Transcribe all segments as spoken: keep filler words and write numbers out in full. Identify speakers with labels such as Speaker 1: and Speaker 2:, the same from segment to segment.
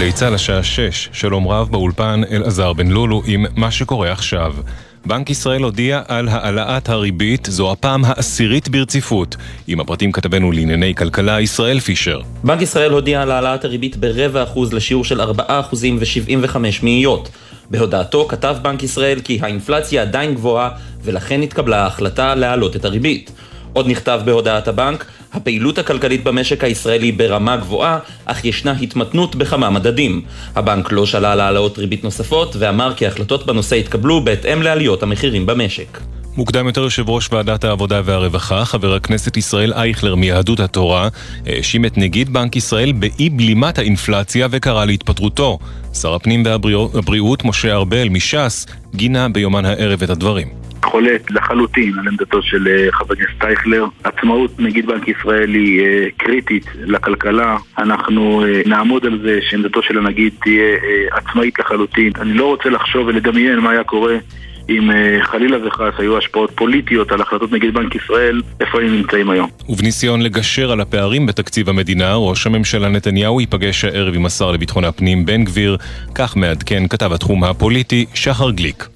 Speaker 1: גלי צה"ל השעה שש, שלום רב באולפן אלעזר בן לולו עם מה שקורה עכשיו. בנק ישראל הודיע על העלאת הריבית, זו הפעם העשירית ברציפות. עם הפרטים כתבנו לענייני כלכלה ישראל פישר.
Speaker 2: בנק ישראל הודיע על העלאת הריבית ברבע אחוז לשיעור של ארבעה אחוזים ושבעים וחמש מאיות. בהודעתו כתב בנק ישראל כי האינפלציה עדיין גבוהה ולכן התקבלה ההחלטה להעלות את הריבית. עוד נכתב בהודעת הבנק, הפעילות הכלכלית במשק הישראלי ברמה גבוהה, אך ישנה התמתנות בכמה מדדים. הבנק לא שלל העלאות ריבית נוספות ואמר כי החלטות בנושא התקבלו בהתאם לעליות המחירים במשק.
Speaker 1: מוקדם יותר יושב ראש ועדת העבודה והרווחה, חבר הכנסת ישראל אייכלר מיהדות התורה, האשים את נגיד בנק ישראל באי בלימת האינפלציה וקרא להתפטרותו. שר הפנים והבריאות משה ארבל מש"ס גינה ביומן הערב את הדברים.
Speaker 3: חולק לחלוטין על עמדתו של חבר הכנסת אייכלר. עצמאות נגיד בנק ישראל היא קריטית לכלכלה. אנחנו נעמוד על זה שעמדתו של הנגיד תהיה עצמאית לחלוטין. אני לא רוצה לחשוב ולדמיין מה היה קורה אם חלילה וחס היו השפעות פוליטיות על החלטות נגיד בנק ישראל, איפה הם נמצאים היום.
Speaker 1: ובניסיון לגשר על הפערים בתקציב המדינה, ראש הממשלה נתניהו ייפגש הערב עם השר לביטחון הפנים בן גביר, כך מעדכן כתב התחום הפוליטי שחר גליק.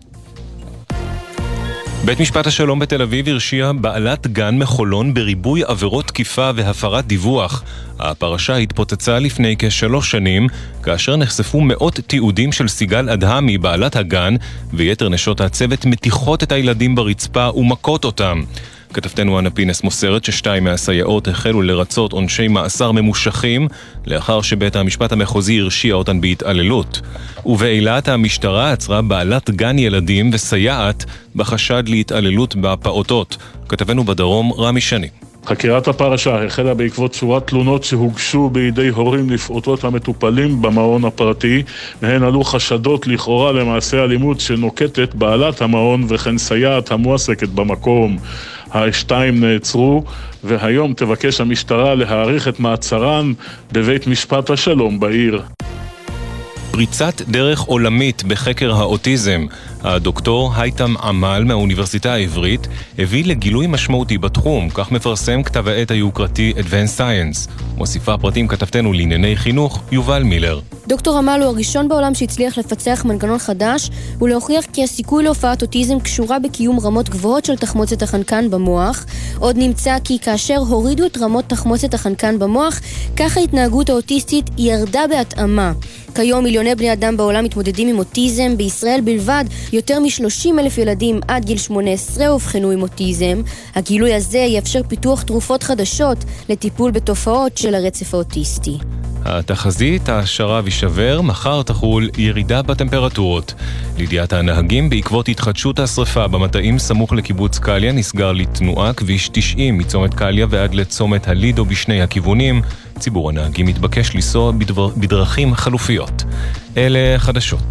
Speaker 1: בית משפט השלום בתל אביב הרשיע בעלת גן מחולון בריבוי עבירות תקיפה והפרת דיווח. הפרשה התפוצצה לפני כשלוש שנים, כאשר נחשפו מאות תיעודים של סיגל אדהמי, בעלת הגן, ויתר נשות הצוות מתיחות את הילדים ברצפה ומכות אותם. כתבתנו אנה פינס מוסרת ששתיים מהסייעות החלו לרצות עונשי מאסר ממושכים, לאחר שבית המשפט המחוזי הרשיע אותן בהתעללות. ובאילת המשטרה עצרה בעלת גן ילדים וסייעת בחשד להתעללות בפעוטות. כתבנו בדרום רמי שני.
Speaker 4: חקירת הפרשה החלה בעקבות שורת תלונות שהוגשו בידי הורים לפעוטות המטופלים במעון הפרטי, מהן עלו חשדות לכאורה למעשה אלימות שנוקטת בעלת המעון וכן סייעת המועסקת במקום. השתיים נעצרו, והיום תבקש המשטרה להאריך את מעצרן בבית משפט השלום בעיר.
Speaker 1: פריצת דרך עולמית בחקר האוטיזם. הדוקטור הייתם עמל מהאוניברסיטה העברית הביא לגילוי משמעותי בתחום, כך מפרסם כתב העת היוקרתי Advanced Science. מוסיפה פרטים כתבתנו לענייני חינוך יובל מילר.
Speaker 5: דוקטור עמל הוא הראשון בעולם שהצליח לפצח מנגנון חדש ולהוכיח כי הסיכוי להופעת אוטיזם קשורה בקיום רמות גבוהות של תחמוצת החנקן במוח. עוד נמצא כי כאשר הורידו את רמות תחמוצת החנקן במוח, כך ההתנהגות האוטיסטית ירדה בהתאמה. כיום מיליוני בני אדם בעולם מתמודדים עם אוטיזם. בישראל בלבד יותר מ-שלושים אלף ילדים עד גיל שמונה עשרה אובחנו עם אוטיזם. הגילוי הזה יאפשר פיתוח תרופות חדשות לטיפול בתופעות של הרצף האוטיסטי.
Speaker 1: התחזית, השרב יישבר, מחר תחול ירידה בטמפרטורות. לידיעת הנהגים, בעקבות התחדשות השריפה במטעים סמוך לקיבוץ קליה, נסגר לתנועה כביש תשעים מצומת קליה ועד לצומת הלידו בשני הכיוונים. ציבור הנהגים מתבקש לנסוע בדבר, בדרכים חלופיות. אלה חדשות.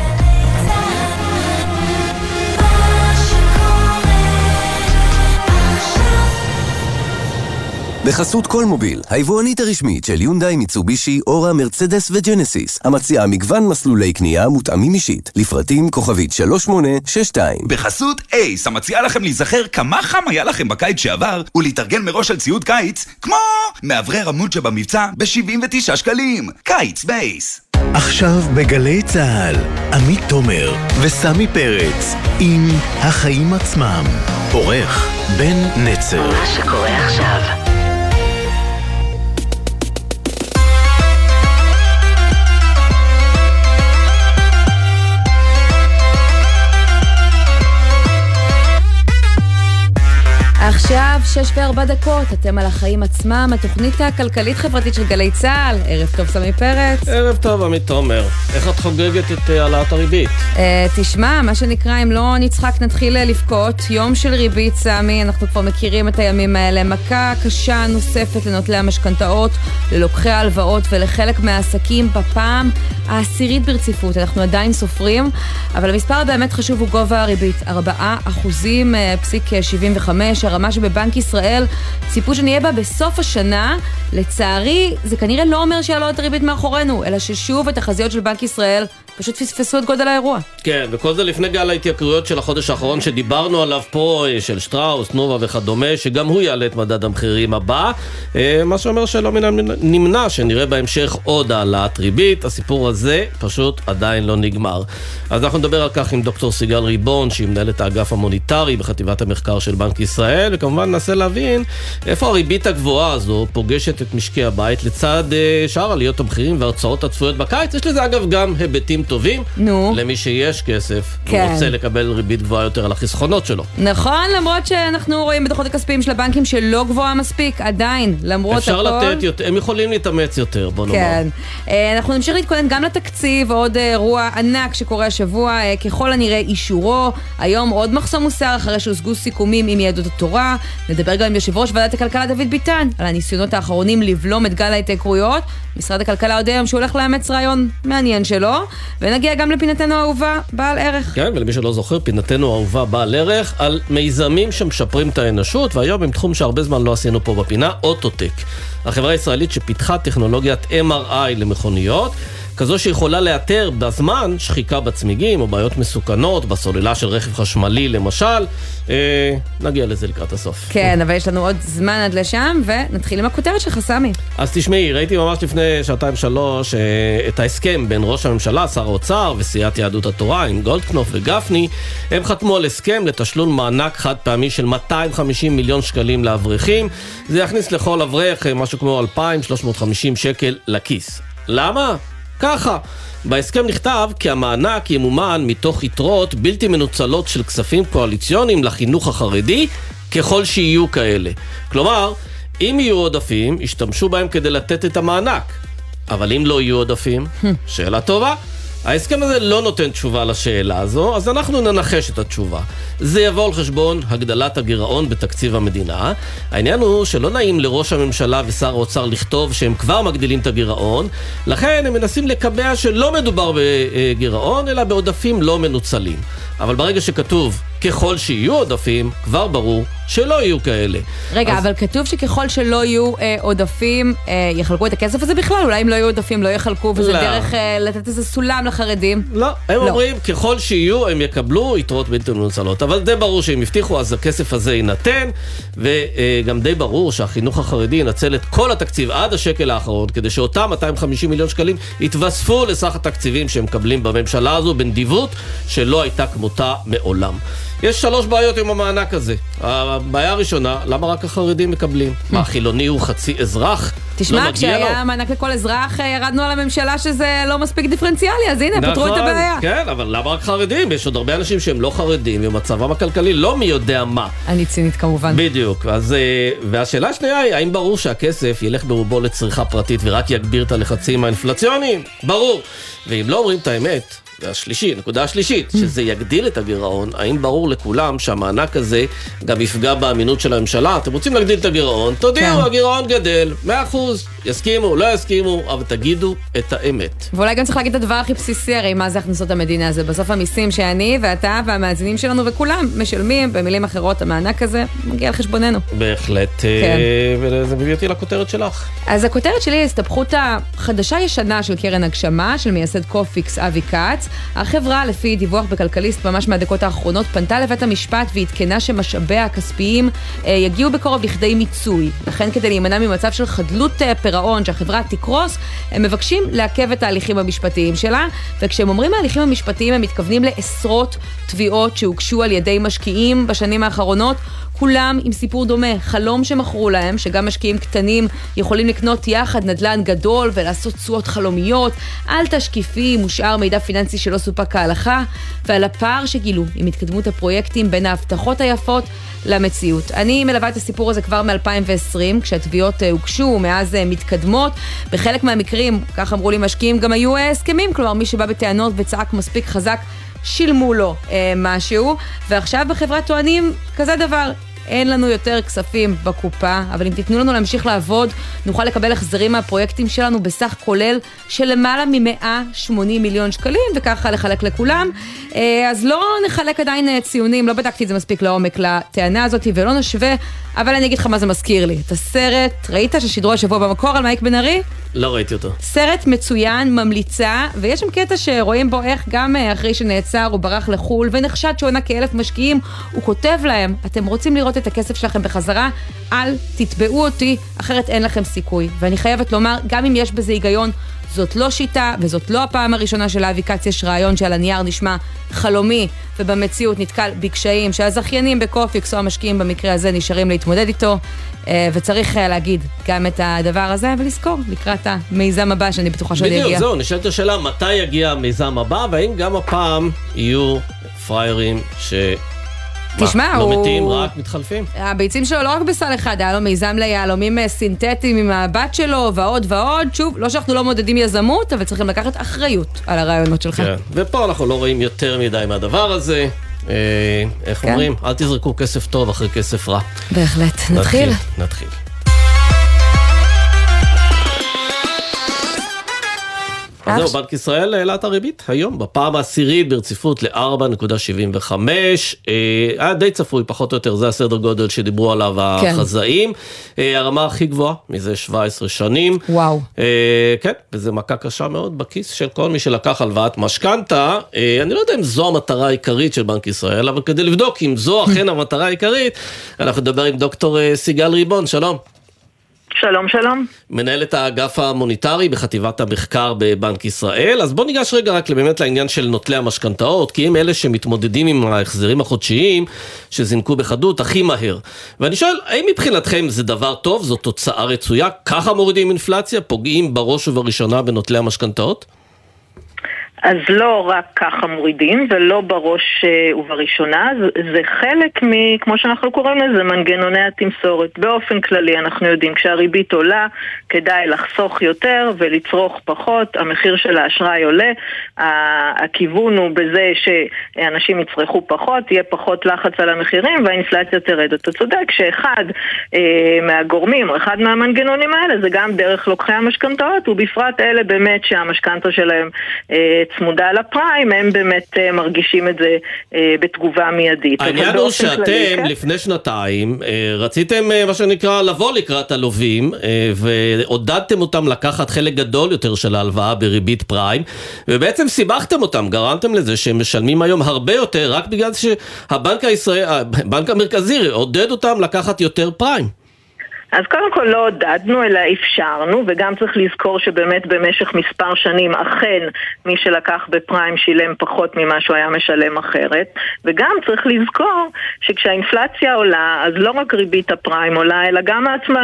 Speaker 6: בחסות כל מוביל, היבואנית הרשמית של יונדאי, מיצובישי, אורה, מרצדס וג'נסיס, המציעה מגוון מסלולי קנייה מותאמים אישית, לפרטים כוכבית שלוש שמונה שש שתיים.
Speaker 7: בחסות אייס, המציעה לכם להיזכר כמה חם היה לכם בקיץ שעבר, ולהתארגן מראש על ציוד קיץ, כמו מאוורר עמוד שבמבצע ב-שבעים ותשעה שקלים. קיץ בייס.
Speaker 8: עכשיו בגלי צהל, עמית תומר וסמי פרץ עם החיים עצמם. עורך בן נצר.
Speaker 9: מה שקורה עכשיו.
Speaker 10: עכשיו שש וארבע דקות, אתם על החיים עצמם, התוכנית הכלכלית-חברתית של גלי צהל. ערב טוב סמי פרץ.
Speaker 11: ערב טוב עמית תומר. איך את חוגגת את העלאת הריבית?
Speaker 10: תשמע, מה שנקרא, אם לא נצחק נתחיל לבכות. יום של ריבית סמי, אנחנו כבר מכירים את הימים האלה. מכה קשה נוספת לנוטלי המשכנתאות, ללוקחי ההלוואות ולחלק מהעסקים בפעם העשירית ברציפות. אנחנו עדיין סופרים, אבל המספר באמת חשוב הוא גובה הריבית. ארבעה אחוזים פסיק שבעים וחמש, הרמה שבבנק ישראל ציפו שנהיה בה בסוף השנה. לצערי, זה כנראה לא אומר שהעלאות הריבית מאחורינו, אלא ששוב התחזיות של בנק ישראל פשוט פספסו את גודל האירוע.
Speaker 11: כן, וכל זה לפני גל ההתייקרויות של החודש האחרון שדיברנו עליו פה, של שטראוס, נובה וכדומה, שגם הוא יעלה את מדד המחירים הבא, מה שאומר שלא מן נמנע שנראה בהמשך עוד העלאת ריבית. הסיפור הזה פשוט עדיין לא נגמר. אז אנחנו נדבר על כך עם דוקטור סיגל ריבון, שהיא מנהלת האגף המוניטרי בחטיבת המחקר של בנק ישראל, וכמובן ננסה להבין איפה הריבית הגבוהה הזו פוגשת את משקי הבית לצד שאר עליות המחירים וההוצאות הצפויות בקיץ. יש לזה אגב גם היבטים טובים.
Speaker 10: נו.
Speaker 11: למי שיש כסף,
Speaker 10: כן.
Speaker 11: הוא רוצה לקבל ריבית גבוהה יותר על החסכונות שלו.
Speaker 10: נכון, למרות שאנחנו רואים בדוחות הכספיים של הבנקים שלא גבוהה מספיק, עדיין, למרות
Speaker 11: אפשר
Speaker 10: הכל...
Speaker 11: לתת יותר, הם יכולים להתאמץ יותר, בוא נאמר.
Speaker 10: כן. אנחנו נמשיך להתכונן גם לתקציב, עוד אירוע ענק שקורה השבוע, ככל הנראה אישורו. היום עוד מחסום מוסר אחרי שהושגו סיכומים עם יהדות התורה. נדבר גם עם יושב ראש ועדת הכלכלה דוד ביטן על הניסיונות האחרונים לבלום את גל ההתייקרויות. משרד הכלכלה הודיע היום שהוא הולך לאמץ רעיון מעניין שלו, ונגיע גם לפינתנו האהובה בעל ערך.
Speaker 11: כן, ולמי שלא זוכר, פינתנו האהובה בעל ערך על מיזמים שמשפרים את האנושות, והיום עם תחום שהרבה זמן לא עשינו פה בפינה, אוטוטק. החברה הישראלית שפיתחה טכנולוגיית אם אר איי למכוניות, כזו שיכולה לאתר בזמן שחיקה בצמיגים או בעיות מסוכנות בסוללה של רכב חשמלי למשל. אה, נגיע לזה לקראת הסוף.
Speaker 10: כן, אבל יש לנו עוד זמן עד לשם, ונתחיל עם הכותרת שלך, סמי.
Speaker 11: אז תשמעי, ראיתי ממש לפני שעתיים שלוש אה, את ההסכם בין ראש הממשלה, שר האוצר וסיעת יהדות התורה עם גולדקנופ וגפני. הם חתמו על הסכם לתשלום מענק חד פעמי של מאתיים וחמישים מיליון שקלים לאברכים. זה יכניס לכל אברך משהו כמו אלפיים ושלוש מאות וחמישים שקל לכיס. למה? ככה, בהסכם נכתב כי המענק ימומן מתוך יתרות בלתי מנוצלות של כספים קואליציוניים לחינוך החרדי, ככל שיהיו כאלה. כלומר, אם יהיו עודפים, ישתמשו בהם כדי לתת את המענק. אבל אם לא יהיו עודפים, שאלה טובה. ההסכם הזה לא נותן תשובה לשאלה הזו, אז אנחנו ננחש את התשובה. זה יבוא על חשבון הגדלת הגירעון בתקציב המדינה. העניין הוא שלא נעים לראש הממשלה ושר האוצר לכתוב שהם כבר מגדילים את הגירעון, לכן הם מנסים לקבע שלא מדובר בגירעון, אלא בעודפים לא מנוצלים. אבל ברגע שכתוב ככל שיהיו עודפים, כבר ברור שלא יהיו כאלה.
Speaker 10: רגע,
Speaker 11: אז...
Speaker 10: אבל כתוב שככל שלא יהיו אה, עודפים, אה, יחלקו את הכסף הזה בכלל? אולי אם לא יהיו עודפים, לא יחלקו, וזה לא. דרך אה, לתת איזה סולם לחרדים?
Speaker 11: לא, הם
Speaker 10: לא.
Speaker 11: אומרים, ככל שיהיו, הם יקבלו יתרות בלתי מנוצלות. אבל די ברור שהם הבטיחו, אז הכסף הזה יינתן, וגם די ברור שהחינוך החרדי ינצל את כל התקציב עד השקל האחרון, כדי שאותם מאתיים וחמישים מיליון שקלים יתווספו לסך התקציבים שהם מקבלים בממשלה הזו, בנדיבות שלא הייתה כמותה מעולם. יש שלוש בעיות עם המענק הזה. הבעיה הראשונה, למה רק החרדים מקבלים? מה, החילוני הוא חצי אזרח?
Speaker 10: תשמע, כשהיה מענק לכל אזרח, ירדנו על הממשלה שזה לא מספיק דיפרנציאלי, אז הנה, פתרו את הבעיה.
Speaker 11: כן, אבל למה רק חרדים? יש עוד הרבה אנשים שהם לא חרדים, ומצבם הכלכלי לא מי יודע מה.
Speaker 10: אני צינית כמובן.
Speaker 11: בדיוק. אז, והשאלה השנייה היא, האם ברור שהכסף ילך ברובו לצריכה פרטית ורק יגביר את הלחצים האינפלציוניים? ברור. ואם לא אומרים את האמת, והשלישי, נקודה השלישית, שזה יגדיל את הגירעון, האם ברור לכולם שהמענק הזה גם יפגע באמינות של הממשלה? אתם רוצים להגדיל את הגירעון, תודיעו, הגירעון גדל, מאה אחוז, יסכימו, לא יסכימו, אבל תגידו את האמת.
Speaker 10: ואולי גם צריך להגיד את הדבר הכי בסיסי, הרי מה זה הכנסות המדינה הזה? בסוף המיסים שאני ואתה והמאזינים שלנו וכולם משלמים, במילים אחרות, המענק הזה מגיע על חשבוננו.
Speaker 11: בהחלט,
Speaker 10: כן.
Speaker 11: וזה מביא אותי לכותרת שלך.
Speaker 10: אז הכותרת שלי היא הסתבכות החדשה ישנה של קרן הגשמה, של מייסד קופיקס אבי כץ. החברה, לפי דיווח בכלכליסט ממש מהדקות האחרונות, פנתה לבית המשפט והתקנה שמשאביה הכספיים אה, יגיעו בקרוב לכדי מיצוי. לכן כדי להימנע ממצב של חדלות אה, פירעון שהחברה תקרוס, הם מבקשים לעכב את ההליכים המשפטיים שלה, וכשהם אומרים ההליכים המשפטיים הם מתכוונים לעשרות תביעות שהוגשו על ידי משקיעים בשנים האחרונות, כולם עם סיפור דומה, חלום שמכרו להם, שגם משקיעים קטנים יכולים לקנות יחד נדל"ן גדול ולעשות תשואות חלומיות, על תשקיפים ושאר מידע פיננסי שלא סופק כהלכה, ועל הפער שגילו עם התקדמות הפרויקטים בין ההבטחות היפות למציאות. אני מלווה את הסיפור הזה כבר מ-אלפיים ועשרים, כשהתביעות הוגשו, מאז מתקדמות. בחלק מהמקרים, כך אמרו לי משקיעים, גם היו הסכמים, כלומר מי שבא בטענות וצעק מספיק חזק, שילמו לו אה, משהו, ועכשיו בחברה טוענים כזה דבר, אין לנו יותר כספים בקופה, אבל אם תיתנו לנו להמשיך לעבוד, נוכל לקבל החזרים מהפרויקטים שלנו בסך כולל של למעלה מ-מאה ושמונים מיליון שקלים, וככה לחלק לכולם. אז לא נחלק עדיין ציונים, לא בדקתי את זה מספיק לעומק לטענה הזאת, ולא נשווה, אבל אני אגיד לך מה זה מזכיר לי. את הסרט, ראית ששידרו השבוע במקור על מייק בן ארי?
Speaker 11: לא ראיתי אותו.
Speaker 10: סרט מצוין, ממליצה, ויש שם קטע שרואים בו איך גם אחרי שנעצר הוא ברח לחול, ונחשד שהוא ענה כאלף משקיעים, הוא כותב להם, אתם רוצים לראות את הכסף שלכם בחזרה? אל תתבעו אותי, אחרת אין לכם סיכוי. ואני חייבת לומר, גם אם יש בזה היגיון, זאת לא שיטה, וזאת לא הפעם הראשונה של האביקץ, יש רעיון שעל הנייר נשמע חלומי, ובמציאות נתקל בקשיים שהזכיינים בקופיקס או המשקיעים במקרה הזה נשארים להתמודד איתו, וצריך להגיד גם את הדבר הזה, ולזכור לקראת המיזם הבא שאני בטוחה שעוד יגיע.
Speaker 11: בדיוק, זהו, נשאלת השאלה מתי יגיע המיזם הבא, והאם גם הפעם יהיו פריירים ש...
Speaker 10: תשמע,
Speaker 11: לא
Speaker 10: הוא...
Speaker 11: מתים, רק מתחלפים.
Speaker 10: הביצים שלו לא רק בסל אחד, היה לו מיזם ליהלומים סינתטיים עם הבת שלו, ועוד ועוד. שוב, לא שאנחנו לא מודדים יזמות, אבל צריכים לקחת אחריות על הרעיונות שלך.
Speaker 11: כן, ופה אנחנו לא רואים יותר מדי מהדבר הזה. אה, איך כן. אומרים? אל תזרקו כסף טוב אחרי כסף רע.
Speaker 10: בהחלט. נתחיל.
Speaker 11: נתחיל. נתחיל. אז זהו, בנק ישראל העלה את הריבית היום, בפעם העשירית ברציפות ל-ארבע נקודה שבעים וחמש, היה די צפוי, פחות או יותר, זה הסדר גודל שדיברו עליו החזאים, הרמה הכי גבוהה, מזה שבע עשרה שנים.
Speaker 10: וואו.
Speaker 11: כן, וזה מכה קשה מאוד בכיס של כל מי שלקח הלוואת משכנתה, אני לא יודע אם זו המטרה העיקרית של בנק ישראל, אבל כדי לבדוק אם זו אכן המטרה העיקרית, אנחנו נדבר עם דוקטור סיגל ריבון, שלום.
Speaker 9: שלום, שלום.
Speaker 11: מנהלת האגף המוניטרי בחטיבת המחקר בבנק ישראל. אז בוא ניגש רגע רק באמת לעניין של נוטלי המשכנתאות, כי הם אלה שמתמודדים עם ההחזרים החודשיים שזינקו בחדות הכי מהר. ואני שואל, האם מבחינתכם זה דבר טוב, זו תוצאה רצויה? ככה מורידים אינפלציה? פוגעים בראש ובראשונה בנוטלי המשכנתאות?
Speaker 9: אז לא רק ככה מורידים, ולא בראש ובראשונה, זה חלק מ, כמו שאנחנו קוראים לזה, מנגנוני התמסורת. באופן כללי אנחנו יודעים, כשהריבית עולה, כדאי לחסוך יותר ולצרוך פחות, המחיר של האשראי עולה, הכיוון הוא בזה שאנשים יצרכו פחות, יהיה פחות לחץ על המחירים, והאינפלציה תרד. אתה צודק שאחד מהגורמים, או אחד מהמנגנונים האלה, זה גם דרך לוקחי המשכנתאות, ובפרט אלה באמת שהמשכנתה שלהם צמודה לפריים, הם באמת מרגישים את זה בתגובה מיידית.
Speaker 11: העניין הוא שאתם לפני שנתיים רציתם מה שנקרא לבוא לקראת הלווים, ועודדתם אותם לקחת חלק גדול יותר של ההלוואה בריבית פריים, ובעצם סיבכתם אותם, גרמתם לזה שהם משלמים היום הרבה יותר, רק בגלל שהבנק הישראל, הבנק המרכזי עודד אותם לקחת יותר פריים.
Speaker 9: אז קודם כל לא עודדנו, אלא אפשרנו, וגם צריך לזכור שבאמת במשך מספר שנים אכן מי שלקח בפריים שילם פחות ממה שהוא היה משלם אחרת, וגם צריך לזכור שכשהאינפלציה עולה, אז לא רק ריבית הפריים עולה, אלא גם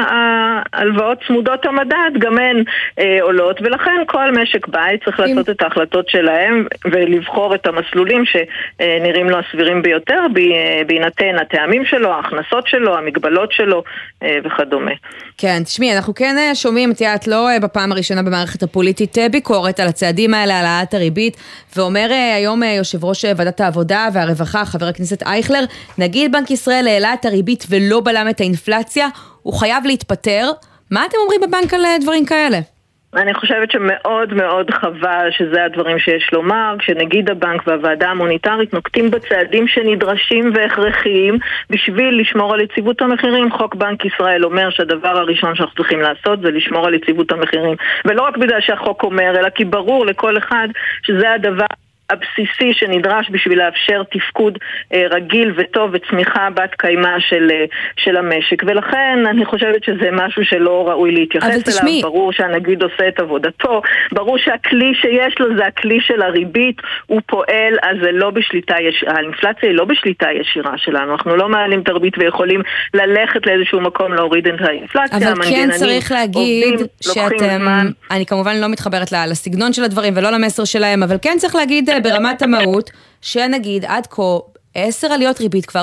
Speaker 9: ההלוואות צמודות המדד, גם הן אה, עולות, ולכן כל משק בית צריך לעשות את ההחלטות שלהם, ולבחור את המסלולים שנראים לו הסבירים ביותר, בהינתן הטעמים שלו, ההכנסות שלו, המגבלות שלו אה, וכדומה.
Speaker 10: כן, תשמעי, אנחנו כן שומעים, תיאת לא בפעם הראשונה במערכת הפוליטית ביקורת על הצעדים האלה, על העלאת הריבית, ואומר היום יושב ראש ועדת העבודה והרווחה, חבר הכנסת אייכלר, נגיד בנק ישראל העלה את הריבית ולא בלם את האינפלציה, הוא חייב להתפטר. מה אתם אומרים בבנק על דברים כאלה?
Speaker 9: אני חושבת שמאוד מאוד חבל שזה הדברים שיש לומר, כשנגיד הבנק והוועדה המוניטרית נוקטים בצעדים שנדרשים והכרחיים בשביל לשמור על יציבות המחירים. חוק בנק ישראל אומר שהדבר הראשון שאנחנו צריכים לעשות זה לשמור על יציבות המחירים, ולא רק בגלל שהחוק אומר, אלא כי ברור לכל אחד שזה הדבר הבסיסי שנדרש בשביל לאפשר תפקוד אה, רגיל וטוב וצמיחה בת קיימה של, אה, של המשק. ולכן אני חושבת שזה משהו שלא ראוי להתייחס אליו. תשמעי. ברור שהנגיד עושה את עבודתו, ברור שהכלי שיש לו זה הכלי של הריבית, הוא פועל, אז זה לא בשליטה ישירה, האינפלציה היא לא בשליטה ישירה שלנו, אנחנו לא מעלים את הריבית ויכולים ללכת לאיזשהו מקום להוריד את האינפלציה.
Speaker 10: אבל כן צריך להגיד עובדים, שאתם, אני כמובן לא מתחברת לסגנון של הדברים ולא למסר שלהם, אבל כן צריך להגיד ברמת המהות, שנגיד עד כה עשר עליות ריבית כבר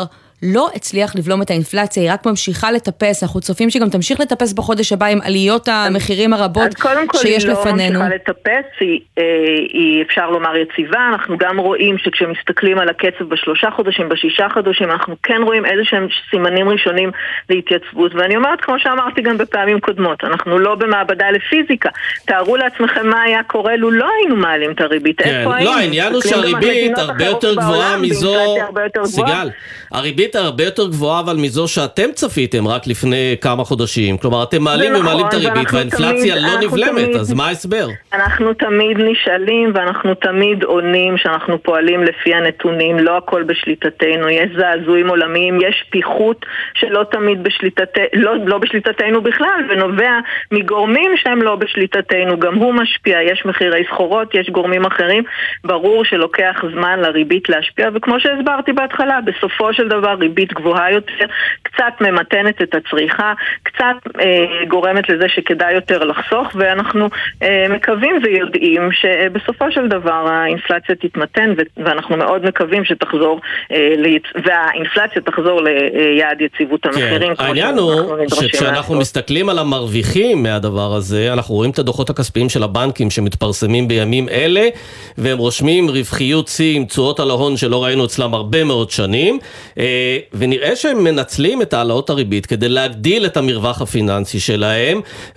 Speaker 10: לא הצליח לבלום את האינפלציה, היא רק ממשיכה לטפס, אנחנו צופים שגם תמשיך לטפס בחודש הבא עם עליות המחירים הרבות שיש לפנינו.
Speaker 9: אז קודם כל היא לא ממשיכה לטפס, היא, היא אפשר לומר יציבה, אנחנו גם רואים שכשמסתכלים על הקצב בשלושה חודשים, בשישה חודשים, אנחנו כן רואים איזה שהם סימנים ראשונים להתייצבות, ואני אומרת, כמו שאמרתי גם בפעמים קודמות, אנחנו לא במעבדה לפיזיקה, תארו לעצמכם מה היה קורה לו לא היינו מעלים את הריבית.
Speaker 11: כן, לא, העניין הוא שהריבית הרבה יותר גבוהה מזו, סיגל, הריבית הרבה יותר גבוהה אבל מזו שאתם צפיתם רק לפני כמה חודשים, כלומר אתם מעלים ומעלים את הריבית והאינפלציה לא נבלמת, אז מה ההסבר?
Speaker 9: אנחנו תמיד נשאלים ואנחנו תמיד עונים שאנחנו פועלים לפי הנתונים, לא הכל בשליטתנו, יש זעזועים עולמיים, יש פיחות שלא תמיד בשליטתנו, לא, לא בשליטתנו בכלל, ונובע מגורמים שהם לא בשליטתנו, גם הוא משפיע, יש מחירי סחורות, יש גורמים אחרים, ברור שלוקח זמן לריבית להשפיע, וכמו שהסברתי בהתחלה, בסופו של דבר ריבית גבוהה יותר, קצת ממתנת את הצריכה, קצת אה, גורמת לזה שכדאי יותר לחסוך, ואנחנו אה, מקווים ויודעים שבסופו של דבר האינפלציה תתמתן, ואנחנו מאוד מקווים שתחזור, אה, ליצ... והאינפלציה תחזור ליעד יציבות המחירים.
Speaker 11: כן, העניין הוא שכשאנחנו מסתכלים על המרוויחים מהדבר הזה, אנחנו רואים את הדוחות הכספיים של הבנקים שמתפרסמים בימים אלה, והם רושמים רווחיות צי עם תשואות על ההון שלא ראינו אצלם הרבה מאוד שנים, ונראה שהם מנצלים את העלאות הריבית כדי להגדיל את המרווח הפיננסי שלהם,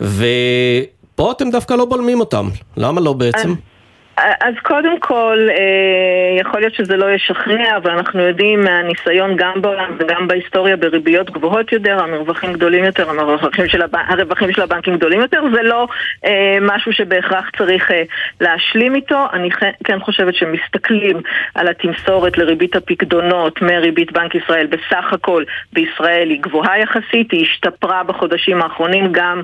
Speaker 11: ופה אתם דווקא לא בולמים אותם. למה לא בעצם?
Speaker 9: אז קודם כל, יכול להיות שזה לא ישכנע, אבל אנחנו יודעים מהניסיון גם בעולם וגם בהיסטוריה בריביות גבוהות יותר, המרווחים גדולים יותר, המרווחים של, הבנ... הרווחים של הבנקים גדולים יותר, זה לא משהו שבהכרח צריך להשלים איתו. אני כן חושבת שמסתכלים על התמסורת לריבית הפקדונות מריבית בנק ישראל, בסך הכל בישראל היא גבוהה יחסית, היא השתפרה בחודשים האחרונים גם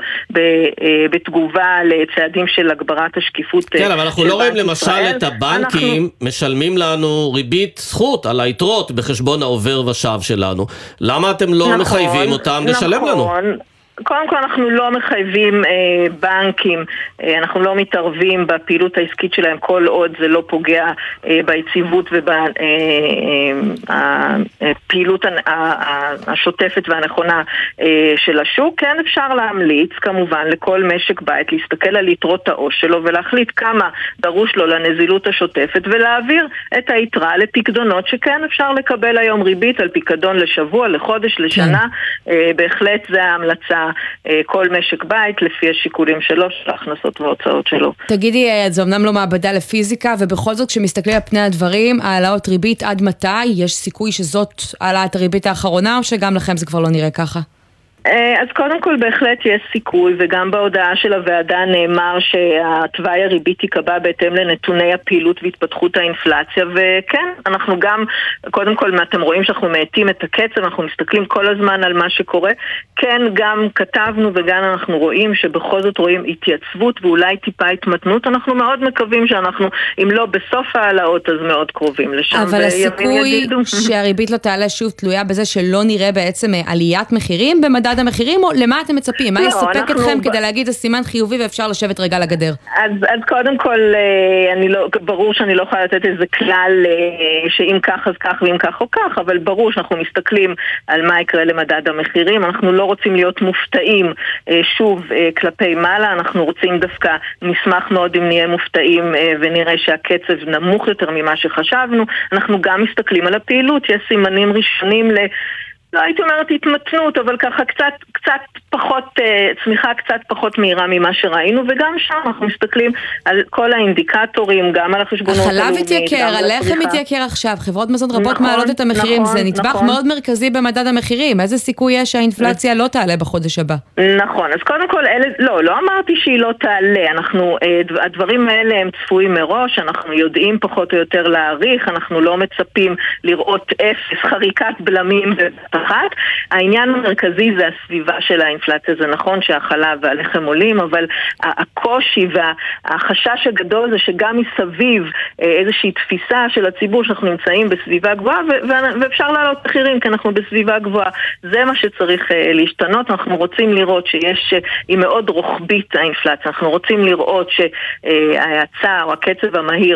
Speaker 9: בתגובה לצעדים של הגברת השקיפות.
Speaker 11: כן, אבל אנחנו לא רואים למשל את הבנקים אנחנו... משלמים לנו ריבית זכות על היתרות בחשבון העובר ושב שלנו. למה אתם לא נכון, מחייבים אותם לשלם נכון. לנו?
Speaker 9: קודם כל אנחנו לא מחייבים אה, בנקים, אה, אנחנו לא מתערבים בפעילות העסקית שלהם כל עוד זה לא פוגע אה, ביציבות ובפעילות אה, אה, השוטפת והנכונה אה, של השוק. כן אפשר להמליץ כמובן לכל משק בית להסתכל על יתרות העו"ש שלו ולהחליט כמה דרוש לו לנזילות השוטפת ולהעביר את היתרה לפקדונות שכן אפשר לקבל היום ריבית על פיקדון לשבוע, לחודש, לשנה. כן. אה, בהחלט זה ההמלצה כל משק בית לפי השיקולים שלו, של ההכנסות וההוצאות שלו.
Speaker 10: תגידי, זה אמנם לא מעבדה לפיזיקה, ובכל זאת כשמסתכלים על פני הדברים, העלאות ריבית עד מתי? יש סיכוי שזאת העלאת הריבית האחרונה, או שגם לכם זה כבר לא נראה ככה?
Speaker 9: אז קודם כל בהחלט יש סיכוי, וגם בהודעה של הוועדה נאמר שהתוואי הריבית יקבע בהתאם לנתוני הפעילות והתפתחות האינפלציה, וכן, אנחנו גם, קודם כל אתם רואים שאנחנו מאטים את הקצב, אנחנו מסתכלים כל הזמן על מה שקורה, כן, גם כתבנו וגם אנחנו רואים שבכל זאת רואים התייצבות ואולי טיפה התמתנות, אנחנו מאוד מקווים שאנחנו, אם לא בסוף העלאות, אז מאוד קרובים לשם.
Speaker 10: אבל הסיכוי שהריבית לא תעלה שוב תלויה בזה שלא נראה בעצם עליית מחירים במדד המחירים, או למה אתם מצפים? מה יספק אתכם כדי להגיד זה סימן חיובי ואפשר לשבת רגע לגדר?
Speaker 9: אז, אז קודם כל, אני לא, ברור שאני לא יכולה לתת איזה כלל שאם כך אז כך ואם כך או כך, אבל ברור שאנחנו מסתכלים על מה יקרה למדד המחירים. אנחנו לא רוצים להיות מופתעים שוב כלפי מעלה, אנחנו רוצים דווקא, נשמח מאוד אם נהיה מופתעים ונראה שהקצב נמוך יותר ממה שחשבנו. אנחנו גם מסתכלים על הפעילות, יש סימנים ראשונים ל... לא הייתי אומרת התמתנות, אבל ככה קצת, קצת פחות, צמיחה קצת פחות מהירה ממה שראינו, וגם שם אנחנו מסתכלים על כל האינדיקטורים, גם על החשבונות הלאומית.
Speaker 10: החלב התייקר, הלחם מתייקר עכשיו, חברות מזון רבות נכון, מעלות את המחירים, נכון, זה נדבך נכון. מאוד מרכזי במדד המחירים, איזה סיכוי יש שהאינפלציה לא תעלה בחודש הבא?
Speaker 9: נכון, אז קודם כל, אלה, לא, לא אמרתי שהיא לא תעלה, אנחנו, הדברים האלה הם צפויים מראש, אנחנו יודעים פחות או יותר להעריך, אנחנו לא מצפים לראות אפס, חריקת בלמים אחת. העניין המרכזי זה הסביבה של האינפלציה. זה נכון שהחלב והלחם עולים, אבל הקושי והחשש הגדול זה שגם מסביב איזושהי תפיסה של הציבור שאנחנו נמצאים בסביבה גבוהה, ואפשר לעלות מחירים כי אנחנו בסביבה גבוהה. זה מה שצריך להשתנות. אנחנו רוצים לראות שיש, היא מאוד רוחבית האינפלציה. אנחנו רוצים לראות שההאצה או הקצב המהיר קצת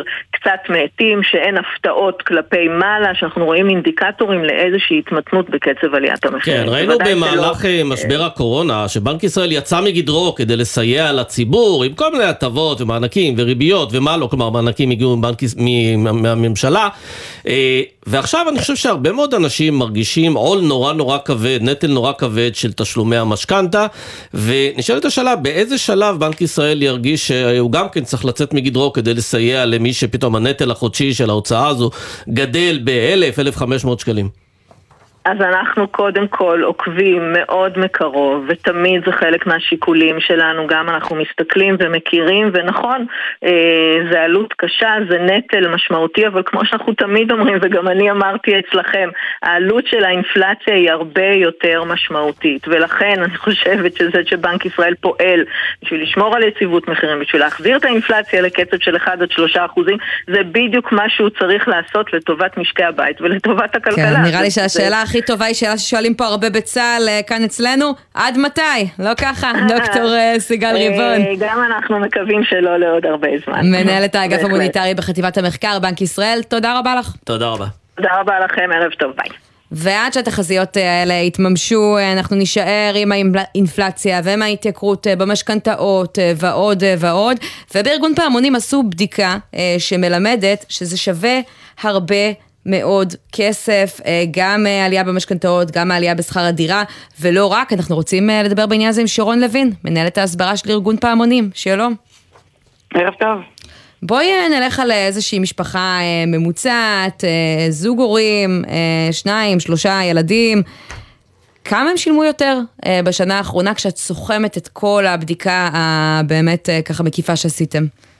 Speaker 9: קצת מאטים, שאין הפתעות כלפי מעלה, שאנחנו רואים אינדיקטורים לאיזושהי התמתנות בקצב עליית המחירים.
Speaker 11: כן, ראינו במהלך שלא... משבר הקורונה, שבנק ישראל יצא מגדרו כדי לסייע לציבור, עם כל מיני הטבות ומענקים וריביות ומה לא, כלומר מענקים הגיעו מהממשלה, ועכשיו אני חושב שהרבה מאוד אנשים מרגישים עול נורא נורא כבד, נטל נורא כבד של תשלומי המשכנתה, ונשאלת השאלה, באיזה שלב בנק ישראל ירגיש שהוא גם כן צריך לצאת מגדרו כדי לסייע למי שפתאום הנטל החודשי של ההוצאה הזו גדל ב-אלף, אלף וחמש מאות שקלים?
Speaker 9: אז אנחנו קודם כל עוקבים מאוד מקרוב, ותמיד זה חלק מהשיקולים שלנו, גם אנחנו מסתכלים ומכירים, ונכון, זה עלות קשה, זה נטל משמעותי, אבל כמו שאנחנו תמיד אומרים, וגם אני אמרתי אצלכם, העלות של האינפלציה היא הרבה יותר משמעותית, ולכן אני חושבת שזה שבנק ישראל פועל בשביל לשמור על יציבות מחירים, בשביל להחזיר את האינפלציה לקצב של אחד עד שלושה אחוזים, זה בדיוק מה שהוא צריך לעשות לטובת משקי הבית ולטובת הכלכלה.
Speaker 10: כן, נראה לי שהשאלה הכי טובה היא שאלה ששואלים פה הרבה בצהל כאן אצלנו, עד מתי? לא ככה, דוקטור סיגל ריבון.
Speaker 9: גם אנחנו מקווים שלא לעוד הרבה זמן.
Speaker 10: מנהלת האגף המוניטרי בחטיבת המחקר, בנק ישראל, תודה רבה לך.
Speaker 11: תודה רבה.
Speaker 9: תודה רבה לכם, ערב טוב, ביי.
Speaker 10: ועד שהתחזיות האלה יתממשו, אנחנו נשאר עם האינפלציה ועם ההתייקרות במשכנתאות ועוד ועוד, ובארגון פעמונים עשו בדיקה שמלמדת שזה שווה הרבה מאוד כסף, גם עלייה במשכנתאות, גם עלייה בשכר הדירה, ולא רק, אנחנו רוצים לדבר בעניין הזה עם שרון לוין, מנהלת ההסברה של ארגון פעמונים. שלום.
Speaker 12: ערב טוב.
Speaker 10: בואי נלך על איזושהי משפחה ממוצעת, זוג הורים, שניים, שלושה ילדים. כמה הם שילמו יותר בשנה האחרונה כשאת סוכמת את כל הבדיקה הבאמת ככה מקיפה שעשיתם?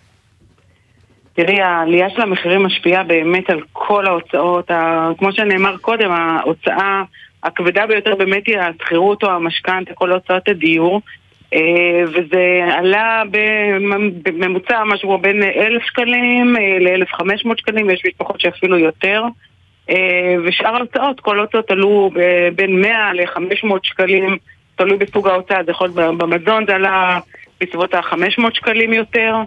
Speaker 12: תראי, העלייה של המחירים משפיעה באמת על כל ההוצאות. כמו שנאמר קודם, ההוצאה הכבדה ביותר באמת היא השכירות או המשכנתא, כל הוצאות הדיור, וזה עלה בממוצע משהו בין אלף שקלים ל-אלף וחמש מאות שקלים, יש משפחות שאפילו יותר, ושאר ההוצאות, כל ההוצאות עלו בין מאה ל-חמש מאות שקלים, תלוי בסוג ההוצאה, זה יכול במזון, זה עלה בסביבות ה-חמש מאות שקלים יותר,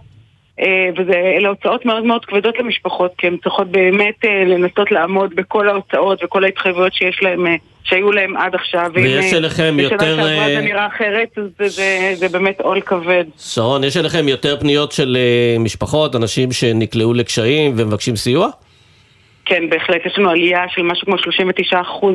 Speaker 12: ואלה הוצאות מאוד מאוד כבדות למשפחות, כי הן צריכות באמת לנסות לעמוד בכל ההוצאות וכל ההתחייבויות שיש להם, שהיו להם עד עכשיו.
Speaker 11: ויש אליכם יותר...
Speaker 12: בשנה שעברה זה נראה אחרת, זה, זה, זה באמת עול כבד.
Speaker 11: שרון, יש אליכם יותר פניות של משפחות, אנשים שנקלעו לקשיים ומבקשים סיוע?
Speaker 12: כן, בהחלט. יש לנו עלייה של משהו כמו שלושים ותשעה אחוז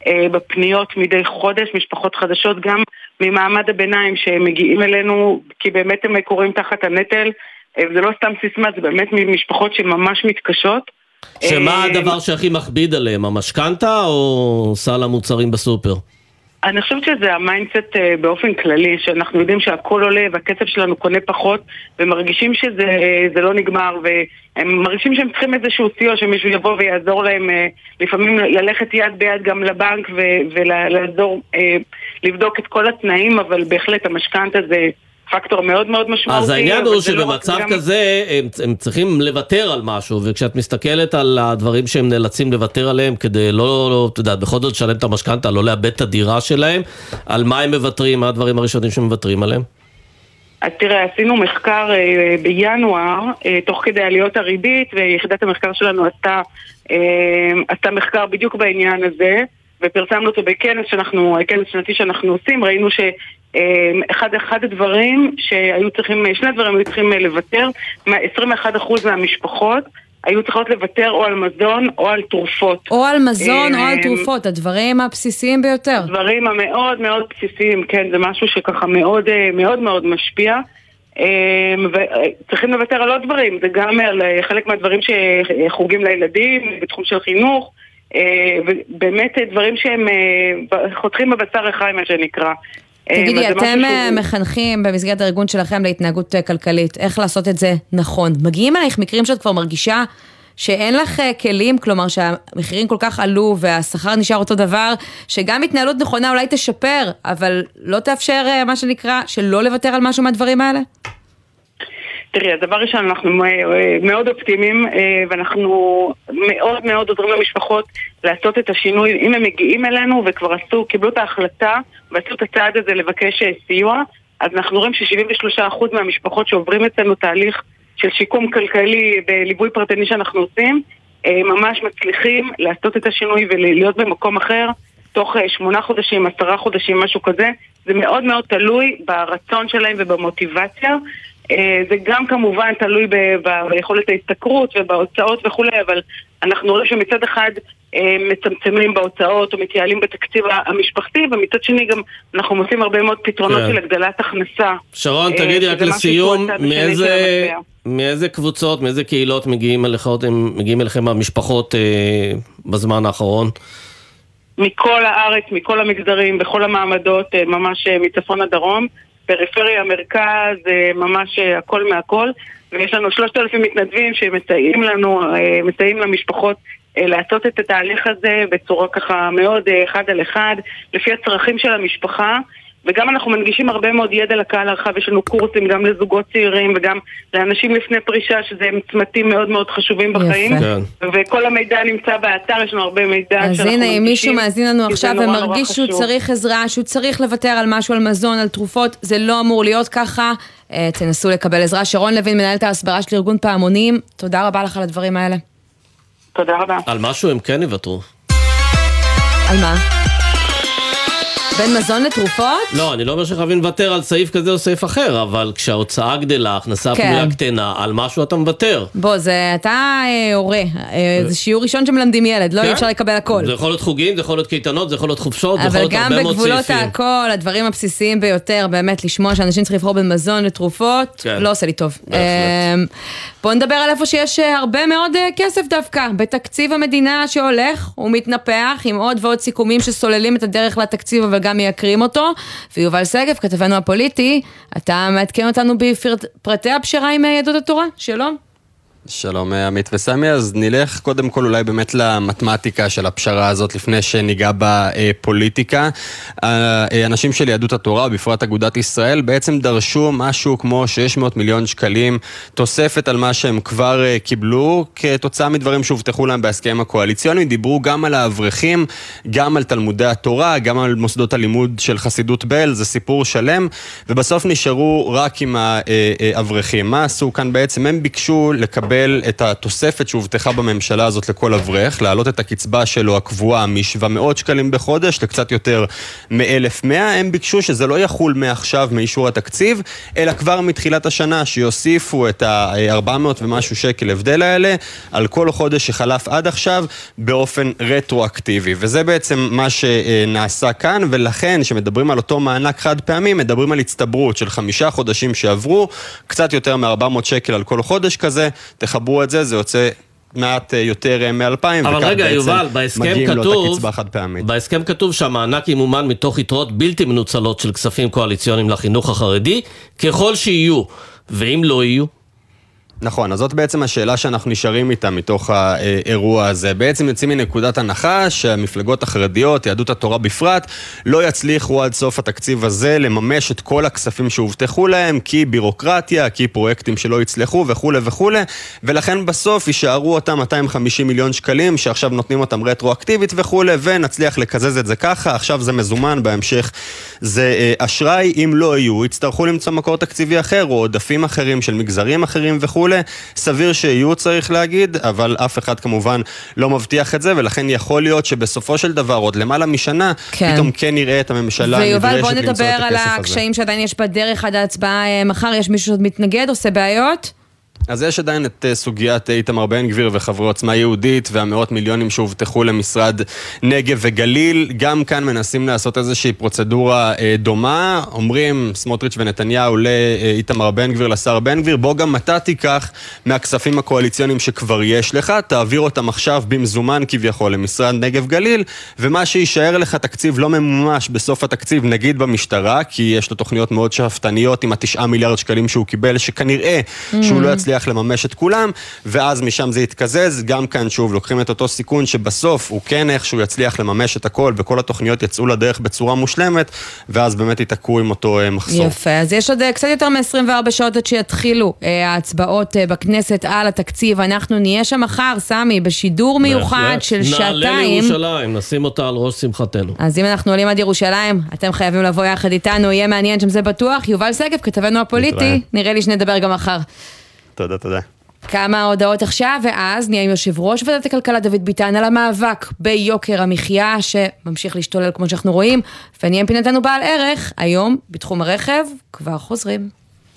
Speaker 12: בפניות מדי חודש, משפחות חדשות, גם ממעמד הביניים שמגיעים אלינו, כי באמת הם קוראים תחת הנטל, זה לא סתם סיסמה, זה באמת משפחות שממש מתקשות.
Speaker 11: שמה הדבר שהכי מכביד עליהם, המשכנתא או סל המוצרים בסופר?
Speaker 12: אני חושבת שזה המיינדסט באופן כללי, שאנחנו יודעים שהכל עולה והכסף שלנו קונה פחות, ומרגישים שזה לא נגמר, והם מרגישים שהם צריכים איזשהו סיוע, שמישהו יבוא ויעזור להם, לפעמים ללכת יד ביד גם לבנק ולעזור, לבדוק את כל התנאים, אבל בהחלט המשכנתא זה פקטור מאוד מאוד משמעותי.
Speaker 11: אז העניין הוא שבמצב כזה הם, הם צריכים לוותר על משהו, וכשאת מסתכלת על הדברים שהם נאלצים לוותר עליהם כדי לא, לא אתה יודע, בכל זאת לשלם את המשכנתא, לא לאבד את הדירה שלהם, על מה הם מוותרים, מה הדברים הראשונים שהם מוותרים עליהם?
Speaker 12: אז תראה, עשינו מחקר אה, בינואר, אה, תוך כדי עליות הריבית, ויחידת המחקר שלנו עשתה, אה, עשתה מחקר בדיוק בעניין הזה, ופרסמנו אותו בכנס שאנחנו, כנס שנתי שאנחנו עושים, ראינו ש... אחד, אחד הדברים שהיו צריכים, שני דברים היו צריכים לוותר, עשרים ואחד אחוז מהמשפחות היו צריכות לוותר או על מזון או על תרופות.
Speaker 10: או על מזון או על תרופות, הדברים הבסיסיים ביותר.
Speaker 12: הדברים המאוד מאוד בסיסיים, כן, זה משהו שככה מאוד מאוד מאוד משפיע, וצריכים לוותר על עוד דברים, זה גם על חלק מהדברים שחוגים לילדים, בתחום של חינוך, ובאמת דברים שהם חותכים בבשר החי, מה שנקרא.
Speaker 10: תגידי, אתם מחנכים במסגרת הארגון שלכם להתנהגות כלכלית, איך לעשות את זה נכון? מגיעים עלייך מקרים שאת כבר מרגישה שאין לך כלים, כלומר שהמחירים כל כך עלו והשכר נשאר אותו דבר, שגם התנהלות נכונה אולי תשפר, אבל לא תאפשר מה שנקרא שלא לוותר על משהו מהדברים האלה?
Speaker 12: תראי, הדבר ראשון, אנחנו מאוד אופטימיים, ואנחנו מאוד מאוד עוזרים למשפחות לעשות את השינוי. אם הם מגיעים אלינו וכבר עשו, קיבלו את ההחלטה ועשו את הצעד הזה לבקש סיוע, אז אנחנו רואים ש-שבעים ושלושה אחוז מהמשפחות שעוברים אצלנו תהליך של שיקום כלכלי בליווי פרטני שאנחנו עושים, ממש מצליחים לעשות את השינוי ולהיות במקום אחר תוך שמונה חודשים, עשרה חודשים, משהו כזה. זה מאוד מאוד תלוי ברצון שלהם ובמוטיבציה. זה גם כמובן תלוי ביכולת ההסתכרות ובהוצאות וכו', אבל אנחנו רואים שמצד אחד מצמצמים בהוצאות או מתייעלים בתקציב המשפחתי, ומצד שני גם אנחנו מוצאים הרבה מאוד פתרונות של הגדלת הכנסה.
Speaker 11: שרון, תגידי רק לסיום, מאיזה, מאיזה קבוצות, מאיזה קהילות מגיעים אליכם, מגיעים אליכם המשפחות בזמן האחרון?
Speaker 12: מכל הארץ, מכל המגזרים, בכל המעמדות, ממש מצפון הדרום. פריפריה, מרכז, ממש הכל מהכל, ויש לנו שלושת אלפים מתנדבים שמסייעים לנו, מסייעים למשפחות לעשות את התהליך הזה בצורה ככה מאוד אחד על אחד, לפי הצרכים של המשפחה, וגם אנחנו מנגישים הרבה מאוד ידע לקהל הרחב, יש לנו קורסים גם לזוגות צעירים וגם לאנשים לפני פרישה, שזה צמתים מאוד מאוד חשובים בחיים, וכל המידע נמצא באתר, יש לנו הרבה מידע.
Speaker 10: אז הנה, אם מישהו מאזין לנו עכשיו ומרגיש שהוא צריך עזרה, שהוא צריך לוותר על משהו, על מזון, על תרופות, זה לא אמור להיות ככה, תנסו לקבל עזרה. שרון לוין, מנהלת ההסברה של ארגון פעמונים, תודה רבה לך על הדברים האלה.
Speaker 12: תודה רבה.
Speaker 11: על משהו הם כן יוותרו.
Speaker 10: על מה? בין מזון לתרופות?
Speaker 11: לא, אני לא אומר שחייבים לוותר על סעיף כזה או סעיף אחר, אבל כשההוצאה גדלה, הכנסה הפנויה קטנה, על משהו אתה מוותר.
Speaker 10: בוא, זה אתה הורה, זה שיעור ראשון שמלמדים ילד, לא אי אפשר לקבל הכל.
Speaker 11: זה יכול להיות חוגים, זה יכול להיות קייטנות, זה יכול להיות חופשות, זה יכול להיות הרבה מאוד סעיפים.
Speaker 10: אבל גם בגבולות הכל, הדברים הבסיסיים ביותר, באמת לשמוע שאנשים צריכים לבחור בין מזון לתרופות, לא עושה לי טוב. בוא נדבר על איפה שיש הרבה מאוד כסף דווקא, בתקציב המדינה שהולך ומתנפח, עם עוד ועוד סיכומים שסוללים את הדרך לתקציב, אבל גם מייקרים אותו. ויובל סגב, כתבנו הפוליטי, אתה מעדכן אותנו בפרטי הפשרה עם יהדות התורה, שלום.
Speaker 13: שלום עמית וסמי, אז נלך קודם כל אולי באמת למתמטיקה של הפשרה הזאת לפני שניגע בפוליטיקה. האנשים של יהדות התורה, בפרט אגודת ישראל, בעצם דרשו משהו כמו שש מאות מיליון שקלים תוספת על מה שהם כבר קיבלו, כתוצאה מדברים שהובטחו להם בהסכם הקואליציוני. דיברו גם על האברכים, גם על תלמודי התורה, גם על מוסדות הלימוד של חסידות בל, זה סיפור שלם, ובסוף נשארו רק עם האברכים. מה עשו כאן בעצם? הם ביקשו לקבל את התוספת שהובטחה בממשלה הזאת לכל אברך, להעלות את הקצבה שלו הקבועה מ-שבע מאות שקלים בחודש לקצת יותר מ-אלף ומאה. הם ביקשו שזה לא יחול מעכשיו מאישור התקציב, אלא כבר מתחילת השנה שיוסיפו את ה-ארבע מאות ומשהו שקל הבדל האלה על כל חודש שחלף עד עכשיו באופן רטרואקטיבי. וזה בעצם מה שנעשה כאן, ולכן שמדברים על אותו מענק חד פעמי, מדברים על הצטברות של חמישה חודשים שעברו, קצת יותר מ-ארבע מאות שקל על כל חודש כזה. תחברו את זה, זה יוצא מעט יותר מ-אלפיים,
Speaker 11: אבל רגע, יובל, בהסכם כתוב,
Speaker 13: לו
Speaker 11: בהסכם כתוב שהמענק ימומן מתוך יתרות בלתי מנוצלות של כספים קואליציוניים לחינוך החרדי, ככל שיהיו, ואם לא יהיו?
Speaker 13: נכון, אז זאת בעצם השאלה שאנחנו נשארים איתה מתוך האירוע הזה. בעצם יוצאים מנקודת הנחה שהמפלגות החרדיות, יהדות התורה בפרט, לא יצליחו עד סוף התקציב הזה לממש את כל הכספים שהובטחו להם, כי בירוקרטיה, כי פרויקטים שלא יצלחו וכו' וכו', ולכן בסוף יישארו אותם מאתיים וחמישים מיליון שקלים, שעכשיו נותנים אותם רטרואקטיבית וכו', ונצליח לקזז את זה ככה. עכשיו זה מזומן, בהמשך זה אשראי. אם לא יהיו, יצטרכו למצוא מקור תקציבי אחר, או עודפים אחרים של מגזרים אחרים וכו'. סביר שיהיו, צריך להגיד, אבל אף אחד כמובן לא מבטיח את זה, ולכן יכול להיות שבסופו של דבר עוד למעלה משנה, כן. פתאום כן נראה את הממשלה נדרשת למצוא את הכסף הזה.
Speaker 10: ויובל, בוא נדבר על הקשיים שעדיין יש בדרך עד ההצבעה מחר. יש מישהו שעוד מתנגד, עושה בעיות?
Speaker 13: אז יש עדיין את סוגיית איתמר בן גביר וחברי עוצמה יהודית והמאות מיליונים שהובטחו למשרד נגב וגליל. גם כאן מנסים לעשות איזושהי פרוצדורה דומה. אומרים סמוטריץ' ונתניהו לאיתמר בן גביר, לשר בן גביר, בוא גם אתה תיקח מהכספים הקואליציוניים שכבר יש לך, תעביר אותם עכשיו במזומן כביכול למשרד נגב גליל, ומה שישאר לך תקציב לא ממומש בסוף התקציב, נגיד במשטרה, כי יש לו תוכניות מאוד שאפתניות עם התשעה מיליארד שקלים שהוא קיבל, שכנראה שהוא לא יצליח לממש את כולם, ואז משם זה יתקזז. גם כאן שוב לוקחים את אותו סיכון שבסוף הוא כן איכשהו יצליח לממש את הכל, וכל התוכניות יצאו לדרך בצורה מושלמת, ואז באמת יתעקו עם אותו מחסור.
Speaker 10: יפה, אז יש עוד קצת יותר מ-עשרים וארבע שעות עד שיתחילו ההצבעות בכנסת על התקציב. אנחנו נהיה שם מחר, סמי, בשידור מיוחד של שעתיים.
Speaker 11: נעלה לירושלים, נשים אותה על ראש שמחתנו.
Speaker 10: אז אם אנחנו עולים עד ירושלים, אתם חייבים לבוא יחד איתנו, יהיה מעניין שם, זה בטוח. יובל סגב, כתבנו הפוליטי, נראה לי שנדבר גם מחר.
Speaker 13: תודה, תודה.
Speaker 10: כמה הודעות עכשיו, ואז נהיה עם יושב ראש ועדת הכלכלה דוד ביטן על המאבק ביוקר המחיה שממשיך להשתולל כמו שאנחנו רואים, ונהיה עם פינתנו בעל ערך, היום בתחום הרכב, כבר חוזרים.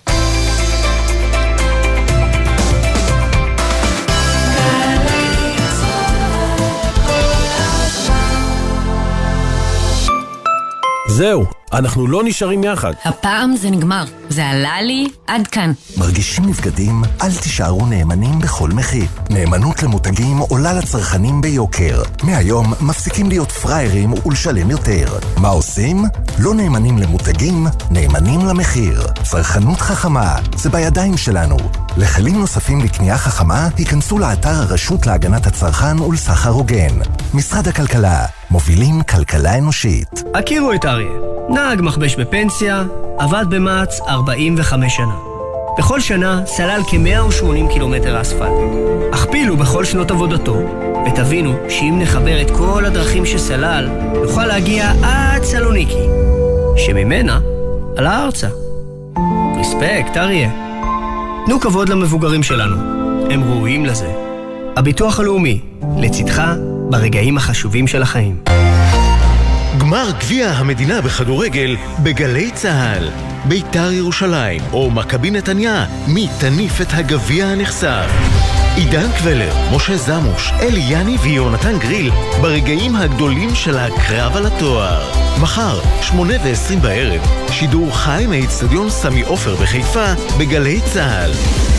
Speaker 8: זהו, אנחנו לא נשארים יחד.
Speaker 14: הפעם זה נגמר. זה עלה לי עד כאן.
Speaker 15: מרגישים נבגדים? אל תישארו נאמנים בכל מחיר. נאמנות למותגים עולה לצרכנים ביוקר. מהיום מפסיקים להיות פריירים ולשלם יותר. מה עושים? לא נאמנים למותגים, נאמנים למחיר. צרכנות חכמה, זה בידיים שלנו. לכלים נוספים לקנייה חכמה, היכנסו לאתר הרשות להגנת הצרכן ולסחר הוגן. משרד הכלכלה, מובילים כלכלה אנושית.
Speaker 16: הכירו את אריה. נהג מחבש בפנסיה, עבד במעץ ארבעים וחמש שנה. בכל שנה סלל כ-מאה ושמונים קילומטר אספלט. הכפילו בכל שנות עבודתו, ותבינו שאם נחבר את כל הדרכים שסלל, נוכל להגיע עד סלוניקי, שממנה על הארצה. רספקט, אריה. תנו כבוד למבוגרים שלנו, הם ראויים לזה. הביטוח הלאומי, לצדך ברגעים החשובים של החיים.
Speaker 8: גמר גביע המדינה בכדורגל בגלי צהל. ביתר ירושלים או מכבי נתניה, מי תניף את הגביע הנחשף? עידן קבלר, משה זמוש, אלי יני ויונתן גריל ברגעים הגדולים של הקרב על התואר. מחר, שמונה ועשרים בערב, שידור חי מאצטדיון סמי עופר בחיפה בגלי צהל.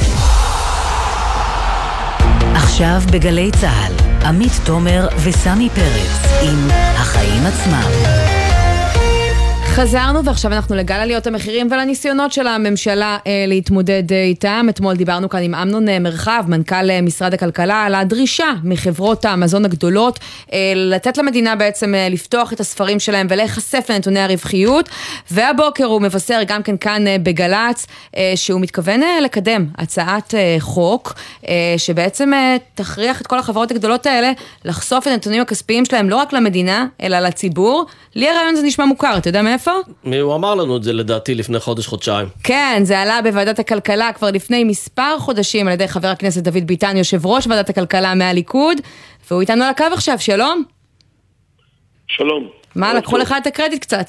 Speaker 14: עכשיו בגלי צהל, עמית תומר וסמי פרץ עם החיים עצמם.
Speaker 10: חזרנו ועכשיו אנחנו לגל עליות המחירים ולניסיונות של הממשלה אה, להתמודד אה, איתם. אתמול דיברנו כאן עם אמנון אה, מרחב, מנכ"ל אה, משרד הכלכלה, על הדרישה מחברות המזון הגדולות אה, לתת למדינה בעצם אה, לפתוח את הספרים שלהם ולהיחשף לנתוני הרווחיות. והבוקר הוא מבשר גם כן כאן אה, בגלץ אה, שהוא מתכוון אה, לקדם הצעת אה, חוק אה, שבעצם אה, תכריח את כל החברות הגדולות האלה לחשוף את הנתונים הכספיים שלהם לא רק למדינה אלא לציבור. לי הרעיון זה נשמע מוכר, אתה יודע מאיפה?
Speaker 11: הוא אמר לנו את זה לדעתי לפני חודש-חודשיים.
Speaker 10: כן, זה עלה בוועדת הכלכלה כבר לפני מספר חודשים על ידי חבר הכנסת דוד ביטן, יושב ראש ועדת הכלכלה מהליכוד, והוא איתנו על הקו עכשיו, שלום.
Speaker 17: שלום.
Speaker 10: מה, לקחו לך את הקרדיט קצת?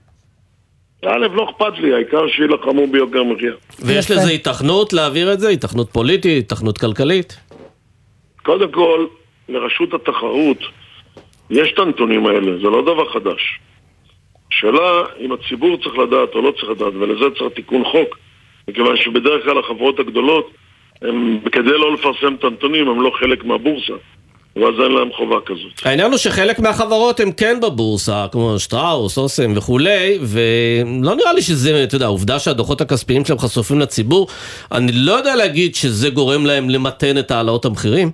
Speaker 17: א', לא אכפת לי, העיקר שילחמו ביוקר מחיה.
Speaker 11: ויש לזה התכנות להעביר את זה? התכנות פוליטית, התכנות כלכלית?
Speaker 17: קודם כל, לרשות התחרות יש את הנתונים האלה, זה לא דבר חדש. השאלה אם הציבור צריך לדעת או לא צריך לדעת, ולזה צריך תיקון חוק, מכיוון שבדרך כלל החברות הגדולות, הם, כדי לא לפרסם את הנתונים, הם לא חלק מהבורסה, ואז אין להם חובה כזאת.
Speaker 11: העניין הוא שחלק מהחברות הם כן בבורסה, כמו שטראוס, אוסם וכולי, ולא נראה לי שזה, אתה יודע, העובדה שהדוחות הכספיים שלהם חשופים לציבור, אני לא יודע להגיד שזה גורם להם למתן את העלאות המחירים.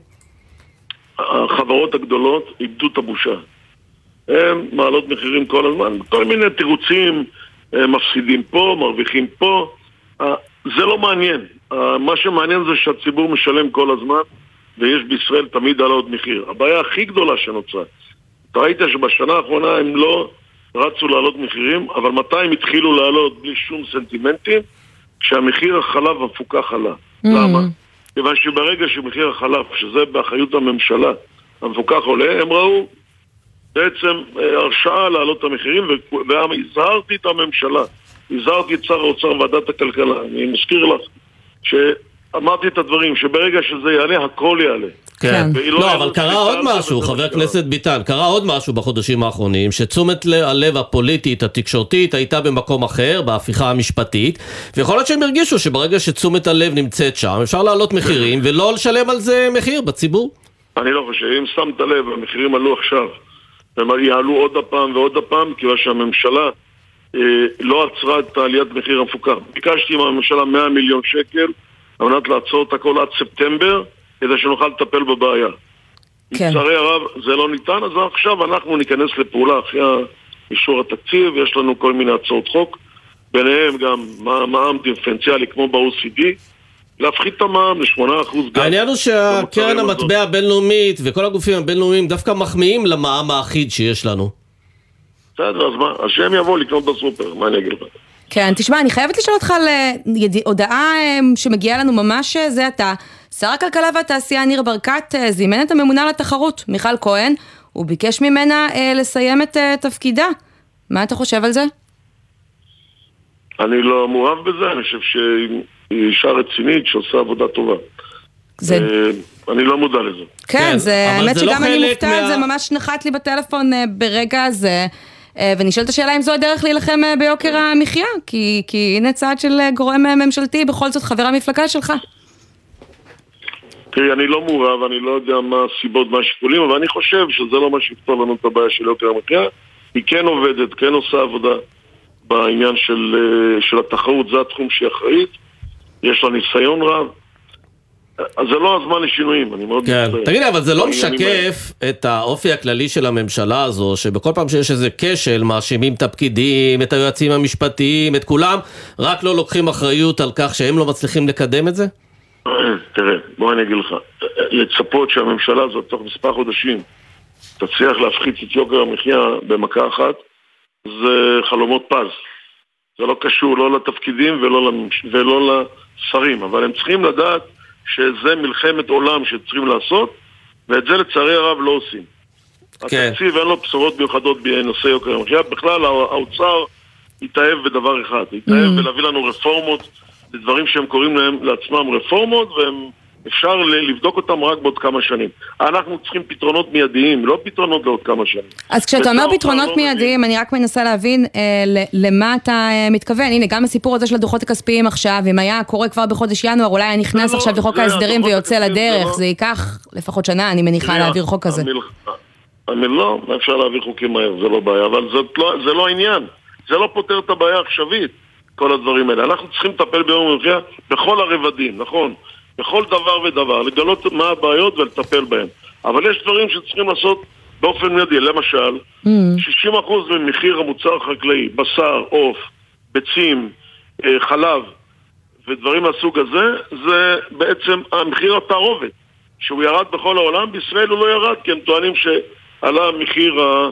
Speaker 17: החברות הגדולות איבדו את הבושה. הם מעלות מחירים כל הזמן, כל מיני תירוצים, מפסידים פה, מרוויחים פה, זה לא מעניין. מה שמעניין זה שהציבור משלם כל הזמן, ויש בישראל תמיד העלאות מחיר. הבעיה הכי גדולה שנוצרה, אתה ראית שבשנה האחרונה הם לא רצו לעלות מחירים, אבל מתי הם התחילו לעלות בלי שום סנטימנטים? כשהמחיר החלב המפוקח עלה. למה? כיוון שברגע שמחיר החלב, שזה באחריות הממשלה, המפוקח עולה, הם ראו בעצם הרשאה להעלות את המחירים, והזהרתי את הממשלה, הזהרתי את שר האוצר ועדת הכלכלה. אני מזכיר לך שאמרתי את הדברים, שברגע שזה יעלה, הכל יעלה.
Speaker 11: כן. לא, אבל קרה עוד משהו, חבר הכנסת ביטן, קרה עוד משהו בחודשים האחרונים, שתשומת הלב הפוליטית, התקשורתית, הייתה במקום אחר, בהפיכה המשפטית, ויכול להיות שהם הרגישו שברגע שתשומת הלב נמצאת שם, אפשר להעלות מחירים, ולא לשלם על זה מחיר בציבור.
Speaker 17: אני לא חושב, אם שמת לב, המחירים עלו עכשיו, הם יעלו עוד הפעם ועוד הפעם, כיוון שהממשלה אה, לא עצרה את עליית מחיר המפוקח. ביקשתי מהממשלה מאה מיליון שקל, על מנת לעצור את הכל עד ספטמבר, כדי שנוכל לטפל בבעיה. כן. לצערי הרב, זה לא ניתן, אז עכשיו אנחנו ניכנס לפעולה אחרי אישור התקציב, יש לנו כל מיני הצעות חוק, ביניהם גם מע"מ דיפרנציאלי כמו ב-או סי די, להפחית את המע"מ ל-שמונה אחוז.
Speaker 11: העניין הוא שהקרן המטבע הבינלאומית וכל הגופים הבינלאומיים דווקא מחמיאים למע"מ האחיד שיש לנו.
Speaker 17: בסדר, אז מה? אז שהם יבואו לקנות בסופר, מה אני אגיד לך?
Speaker 10: כן, תשמע, אני חייבת לשאול אותך על הודעה שמגיעה לנו ממש זה אתה. שר הכלכלה והתעשייה ניר ברקת זימן את הממונה לתחרות, מיכל כהן, הוא ביקש ממנה לסיים את תפקידה. מה אתה חושב על זה?
Speaker 17: אני לא מעורב בזה, אני חושב שהיא אישה רצינית שעושה עבודה טובה. זה... אני לא מודע לזה.
Speaker 10: כן, זה, האמת שגם אני מופתעת, זה ממש נחת לי בטלפון ברגע הזה, ונשאלת השאלה אם זו הדרך להילחם ביוקר המחיה, כי, כי הנה צעד של גורם ממשלתי, בכל זאת חבר המפלגה שלך.
Speaker 17: תראי, אני לא מעורב, אני לא יודע מה הסיבות, מה השיקולים, אבל אני חושב שזה לא מה שיפתור לנו את הבעיה של יוקר המחיה. היא כן עובדת, כן עושה עבודה בעניין של, של התחרות, זה התחום שהיא אחראית, יש לה ניסיון רב, אז זה לא הזמן לשינויים, אני מאוד
Speaker 11: כן. מצטער. תגיד, אבל זה לא משקף את האופי הכללי של הממשלה הזו, שבכל פעם שיש איזה כשל, מאשימים את הפקידים, את היועצים המשפטיים, את כולם, רק לא לוקחים אחריות על כך שהם לא מצליחים לקדם את זה?
Speaker 17: תראה, בוא אני אגיד לך, לצפות שהממשלה הזאת תוך מספר חודשים תצליח להפחית את יוקר המחיה במכה אחת, זה חלומות פז. זה לא קשור לא לתפקידים ולא, למש... ולא לשרים, אבל הם צריכים לדעת שזה מלחמת עולם שצריכים לעשות, ואת זה לצערי הרב לא עושים. כן. התקציב אין לו בשורות מיוחדות בנושא יוקר המחיה, בכלל האוצר התאהב בדבר אחד, התאהב mm. ולהביא לנו רפורמות, דברים שהם קוראים להם לעצמם רפורמות, ואפשר לבדוק אותם רק בעוד כמה שנים. אנחנו צריכים פתרונות מיידיים, לא פתרונות לעוד כמה שנים.
Speaker 10: אז כשאתה אומר פתרונות לא מיידיים, אני רק מנסה להבין אה, למה אתה אה, מתכוון. הנה, גם הסיפור הזה של הדוחות הכספיים עכשיו, אם היה קורה כבר בחודש ינואר, אולי היה נכנס עכשיו לא, לחוק ההסדרים ויוצא לדרך, זה, זה ייקח לפחות שנה, אני מניחה זה להעביר חוק כזה.
Speaker 17: אני לא, אפשר להעביר חוקים מהר, זה לא בעיה, אבל זה לא, זה לא העניין. זה לא פותר את הבעיה העכשווית. כל הדברים האלה. אנחנו צריכים לטפל ביום המחיה בכל הרבדים, נכון? בכל דבר ודבר, לגלות מה הבעיות ולטפל בהם. אבל יש דברים שצריכים לעשות באופן מיידי. למשל, mm. שישים אחוז ממחיר המוצר החקלאי, בשר, עוף, ביצים, חלב ודברים מהסוג הזה, זה בעצם המחיר התערובת, שהוא ירד בכל העולם. בישראל הוא לא ירד, כי הם טוענים שעלה מחיר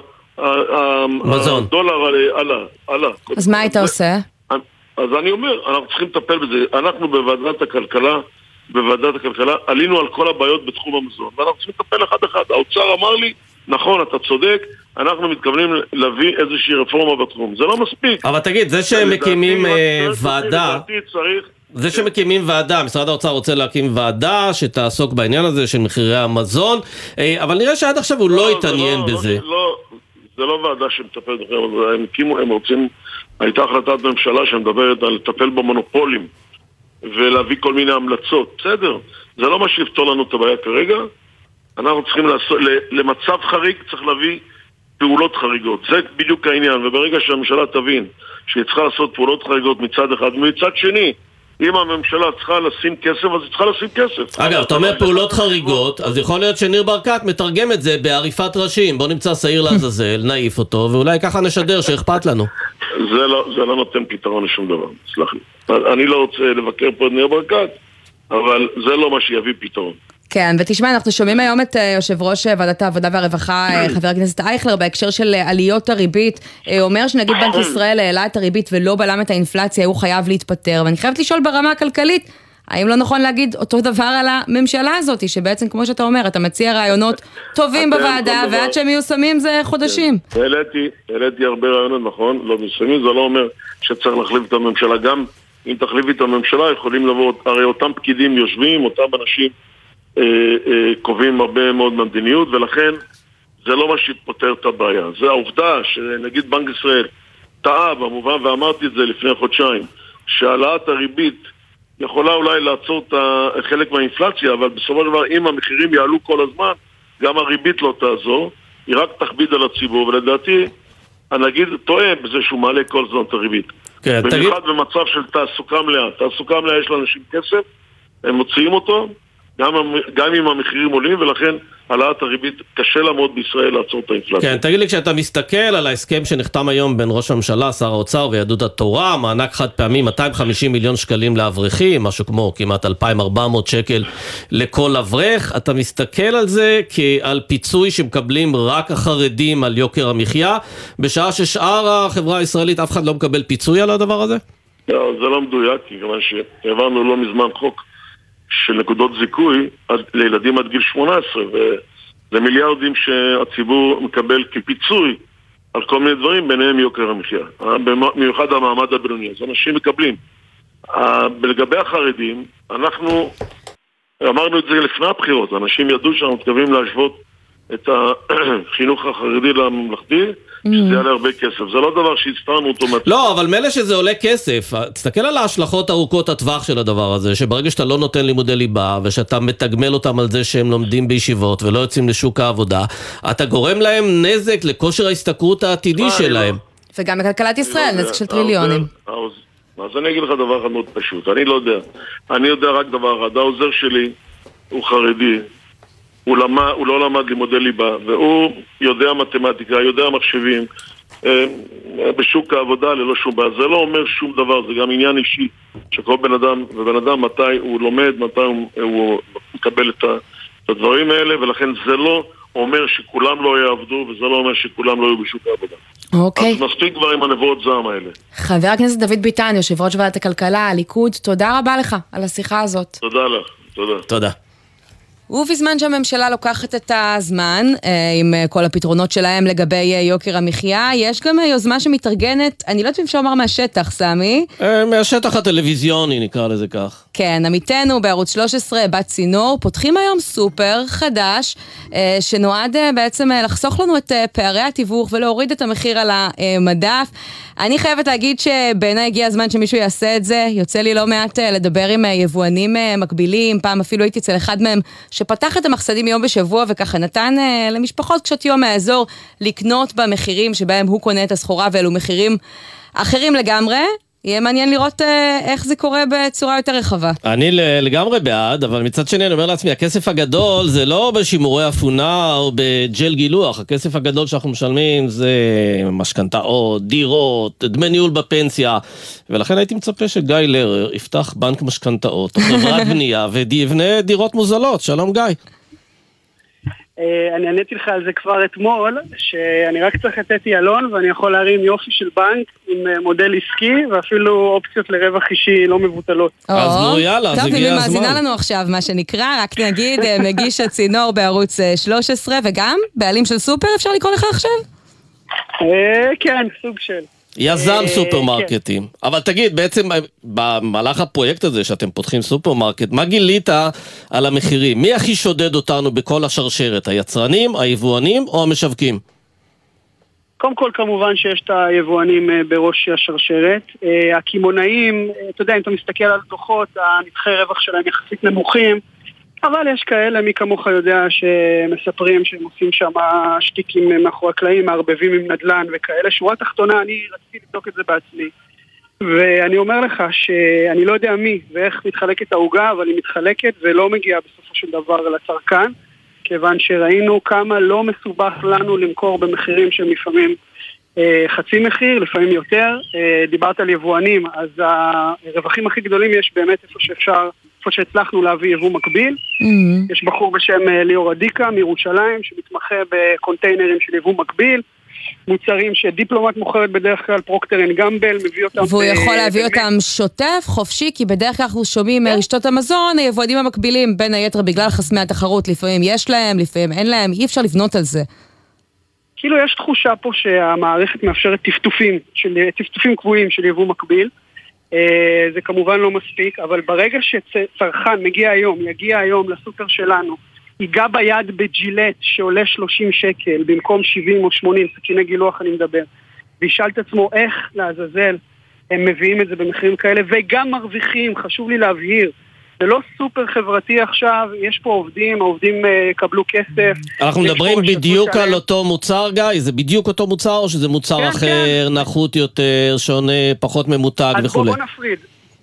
Speaker 17: הדולר עלה, עלה.
Speaker 10: אז מה היית עושה?
Speaker 17: אז אני אומר, אנחנו צריכים לטפל בזה. אנחנו בוועדת הכלכלה, בוועדת הכלכלה, עלינו על כל הבעיות בתחום המזון, ואנחנו צריכים לטפל אחד אחד. האוצר אמר לי, נכון, אתה צודק, אנחנו מתכוונים להביא איזושהי רפורמה בתחום. זה לא מספיק.
Speaker 11: אבל תגיד, זה שמקימים ועדה, זה שמקימים ועדה, משרד האוצר רוצה להקים ועדה שתעסוק בעניין הזה של מחירי המזון, אבל נראה שעד עכשיו הוא לא התעניין בזה.
Speaker 17: זה לא ועדה שמטפלת בכם, הם הקימו, הם רוצים, הייתה החלטת ממשלה שמדברת על לטפל במונופולים ולהביא כל מיני המלצות. בסדר, זה לא מה שיפתור לנו את הבעיה כרגע. אנחנו צריכים לעשות, למצב חריג צריך להביא פעולות חריגות. זה בדיוק העניין, וברגע שהממשלה תבין שהיא צריכה לעשות פעולות חריגות מצד אחד ומצד שני, אם הממשלה צריכה לשים כסף, אז היא צריכה לשים כסף.
Speaker 11: אגב, אתה אומר פעולות חריגות, אז יכול להיות שניר ברקת מתרגם את זה בעריפת ראשים. בוא נמצא שעיר לעזאזל, נעיף אותו, ואולי ככה נשדר שאכפת לנו.
Speaker 17: זה לא, זה לא נותן פתרון לשום דבר, סלח לי. אני לא רוצה לבקר פה את ניר ברקת, אבל זה לא מה שיביא פתרון.
Speaker 10: כן, ותשמע, אנחנו שומעים היום את יושב ראש ועדת העבודה והרווחה, חבר הכנסת אייכלר, בהקשר של עליות הריבית, אומר שנגיד בנק ישראל העלה את הריבית ולא בלם את האינפלציה, הוא חייב להתפטר, ואני חייבת לשאול ברמה הכלכלית, האם לא נכון להגיד אותו דבר על הממשלה הזאת, שבעצם כמו שאתה אומר, אתה מציע רעיונות טובים בוועדה, ועד שהם מיושמים זה חודשים.
Speaker 17: העליתי, העליתי הרבה רעיונות, נכון, לא מיושמים, זה לא אומר שצריך להחליף את הממשלה, גם אם תחליף את הממשלה, יכולים לבוא, הרי אותם פקידים יושבים, אותם אנשים קובעים הרבה מאוד מהמדיניות, ולכן זה לא מה שפותר את הבעיה. זה העובדה שנגיד בנק ישראל טעה במובן, ואמרתי את זה לפני חודשיים, שהעלאת הריבית יכולה אולי לעצור את חלק מהאינפלציה, אבל בסופו של דבר אם המחירים יעלו כל הזמן, גם הריבית לא תעזור, היא רק תכביד על הציבור, ולדעתי הנגיד טועה בזה שהוא מעלה כל זמן את הריבית. כן, במיוחד תגיד... במצב של תעסוקה מלאה. תעסוקה מלאה יש לאנשים כסף, הם מוציאים אותו, גם, גם אם המחירים עולים, ולכן העלאת הריבית קשה לעמוד בישראל לעצור את האינפלציה.
Speaker 11: כן, תגיד לי, כשאתה מסתכל על ההסכם שנחתם היום בין ראש הממשלה, שר האוצר ויהדות התורה, מענק חד פעמי מאתיים וחמישים מיליון שקלים לאברכים, משהו כמו כמעט אלפיים וארבע מאות שקל לכל אברך, אתה מסתכל על זה כעל פיצוי שמקבלים רק החרדים על יוקר המחיה, בשעה ששאר החברה הישראלית אף אחד לא מקבל פיצוי על הדבר הזה?
Speaker 17: לא, זה לא מדויק, כיוון שהעברנו לא מזמן חוק של נקודות זיכוי לילדים עד גיל שמונה עשרה, וזה מיליארדים שהציבור מקבל כפיצוי על כל מיני דברים, ביניהם יוקר המחיה, במיוחד המעמד הבינוני, אז אנשים מקבלים. לגבי החרדים, אנחנו אמרנו את זה לפני הבחירות, אנשים ידעו שאנחנו מתכוונים להשוות את החינוך החרדי לממלכתי, שזה יעלה הרבה כסף. זה לא דבר שהסתרנו אותו.
Speaker 11: לא, אבל מילא שזה עולה כסף. תסתכל על ההשלכות ארוכות הטווח של הדבר הזה, שברגע שאתה לא נותן לימודי ליבה, ושאתה מתגמל אותם על זה שהם לומדים בישיבות ולא יוצאים לשוק העבודה, אתה גורם להם נזק לכושר ההסתכרות העתידי שלהם.
Speaker 10: וגם בכלכלת ישראל, נזק של טריליונים.
Speaker 17: אז אני אגיד לך דבר אחד מאוד פשוט. אני לא יודע. אני יודע רק דבר אחד. העוזר שלי הוא חרדי. הוא, למד, הוא לא למד לימודי ליבה, והוא יודע מתמטיקה, יודע מחשבים, אה, בשוק העבודה ללא שום בעיה. זה לא אומר שום דבר, זה גם עניין אישי, שכל בן אדם, ובן אדם מתי הוא לומד, מתי הוא, הוא מקבל את, ה, את הדברים האלה, ולכן זה לא אומר שכולם לא יעבדו, וזה לא אומר שכולם לא יהיו בשוק העבודה.
Speaker 10: אוקיי.
Speaker 17: אז מספיק כבר עם הנבואות זעם האלה.
Speaker 10: חבר הכנסת דוד ביטן, יושב ראש ועדת הכלכלה, הליכוד, תודה רבה לך על השיחה הזאת.
Speaker 17: תודה לך, תודה.
Speaker 11: תודה.
Speaker 10: ובזמן שהממשלה לוקחת את הזמן עם כל הפתרונות שלהם לגבי יוקר המחיה, יש גם יוזמה שמתארגנת, אני לא יודעת אם אפשר לומר מהשטח, סמי.
Speaker 11: מהשטח הטלוויזיוני, נקרא לזה כך.
Speaker 10: כן, עמיתנו בערוץ שלוש עשרה, בת צינור, פותחים היום סופר חדש, שנועד בעצם לחסוך לנו את פערי התיווך ולהוריד את המחיר על המדף. אני חייבת להגיד שבעיניי הגיע הזמן שמישהו יעשה את זה, יוצא לי לא מעט לדבר עם יבואנים מקבילים, פעם אפילו הייתי אצל אחד מהם שפתח את המחסדים יום בשבוע וככה נתן למשפחות קשות יום מהאזור לקנות במחירים שבהם הוא קונה את הסחורה, ואלו מחירים אחרים לגמרי. יהיה מעניין לראות איך זה קורה בצורה יותר רחבה.
Speaker 11: אני לגמרי בעד, אבל מצד שני אני אומר לעצמי, הכסף הגדול זה לא בשימורי אפונה או בג'ל גילוח, הכסף הגדול שאנחנו משלמים זה משכנתאות, דירות, דמי ניהול בפנסיה, ולכן הייתי מצפה שגיא לרר יפתח בנק משכנתאות או חברת בנייה ויבנה דירות מוזלות. שלום גיא.
Speaker 18: אני עניתי לך על זה כבר אתמול, שאני רק צריך את אתי אלון ואני יכול להרים יופי של בנק עם מודל עסקי ואפילו אופציות לרווח אישי לא מבוטלות.
Speaker 11: אז נו יאללה, זה הגיע הזמן.
Speaker 10: טוב, היא מאזינה לנו עכשיו מה שנקרא, רק נגיד מגיש הצינור בערוץ שלוש עשרה וגם בעלים של סופר, אפשר לקרוא לך עכשיו?
Speaker 18: כן, סוג של.
Speaker 11: יזם סופרמרקטים. אבל תגיד, בעצם במהלך הפרויקט הזה שאתם פותחים סופרמרקט, מה גילית על המחירים? מי הכי שודד אותנו בכל השרשרת? היצרנים, היבואנים או המשווקים?
Speaker 18: קודם כל כמובן שיש את היבואנים בראש השרשרת. הכימונאים, אתה יודע, אם אתה מסתכל על דוחות, הנתחי רווח שלהם יחסית נמוכים, אבל יש כאלה, מי כמוך יודע, שמספרים שהם עושים שם שטיקים מאחורי הקלעים, מערבבים עם נדלן וכאלה. שורה תחתונה, אני רציתי לבדוק את זה בעצמי. ואני אומר לך שאני לא יודע מי ואיך מתחלקת העוגה, אבל היא מתחלקת ולא מגיעה בסופו של דבר לצרכן, כיוון שראינו כמה לא מסובך לנו למכור במחירים שהם לפעמים אה, חצי מחיר, לפעמים יותר. אה, דיברת על יבואנים, אז הרווחים הכי גדולים יש באמת איפה שאפשר, איפה שהצלחנו להביא יבוא מקביל. Mm-hmm. יש בחור בשם ליאור אדיקה מירושלים, שמתמחה בקונטיינרים של יבוא מקביל, מוצרים שדיפלומט מוכרת בדרך כלל, פרוקטר אנד גמבל, מביא אותם...
Speaker 10: והוא יכול להביא אותם שוטף, חופשי, כי בדרך כלל אנחנו שומעים מרשתות המזון, היבואנים המקבילים, בין היתר בגלל חסמי התחרות, לפעמים יש להם, לפעמים אין להם, אי אפשר לבנות על זה.
Speaker 18: כאילו יש תחושה פה שהמערכת מאפשרת טפטופים, של, טפטופים קבועים של יבוא מקביל, זה כמובן לא מספיק, אבל ברגע שצרכן מגיע היום, יגיע היום לסופר שלנו, ייגע ביד בג'ילט שעולה שלושים שקל במקום שבעים או שמונים, סכיני גילוח אני מדבר, וישאל את עצמו איך לעזאזל הם מביאים את זה במחירים כאלה, וגם מרוויחים, חשוב לי להבהיר, זה לא סופר חברתי עכשיו, יש פה עובדים, העובדים קבלו כסף.
Speaker 11: אנחנו מדברים בדיוק על אותו מוצר, גיא? זה בדיוק אותו מוצר או שזה מוצר אחר, נחות יותר, שונה, פחות ממותג וכו'?
Speaker 18: אז בוא נפריד.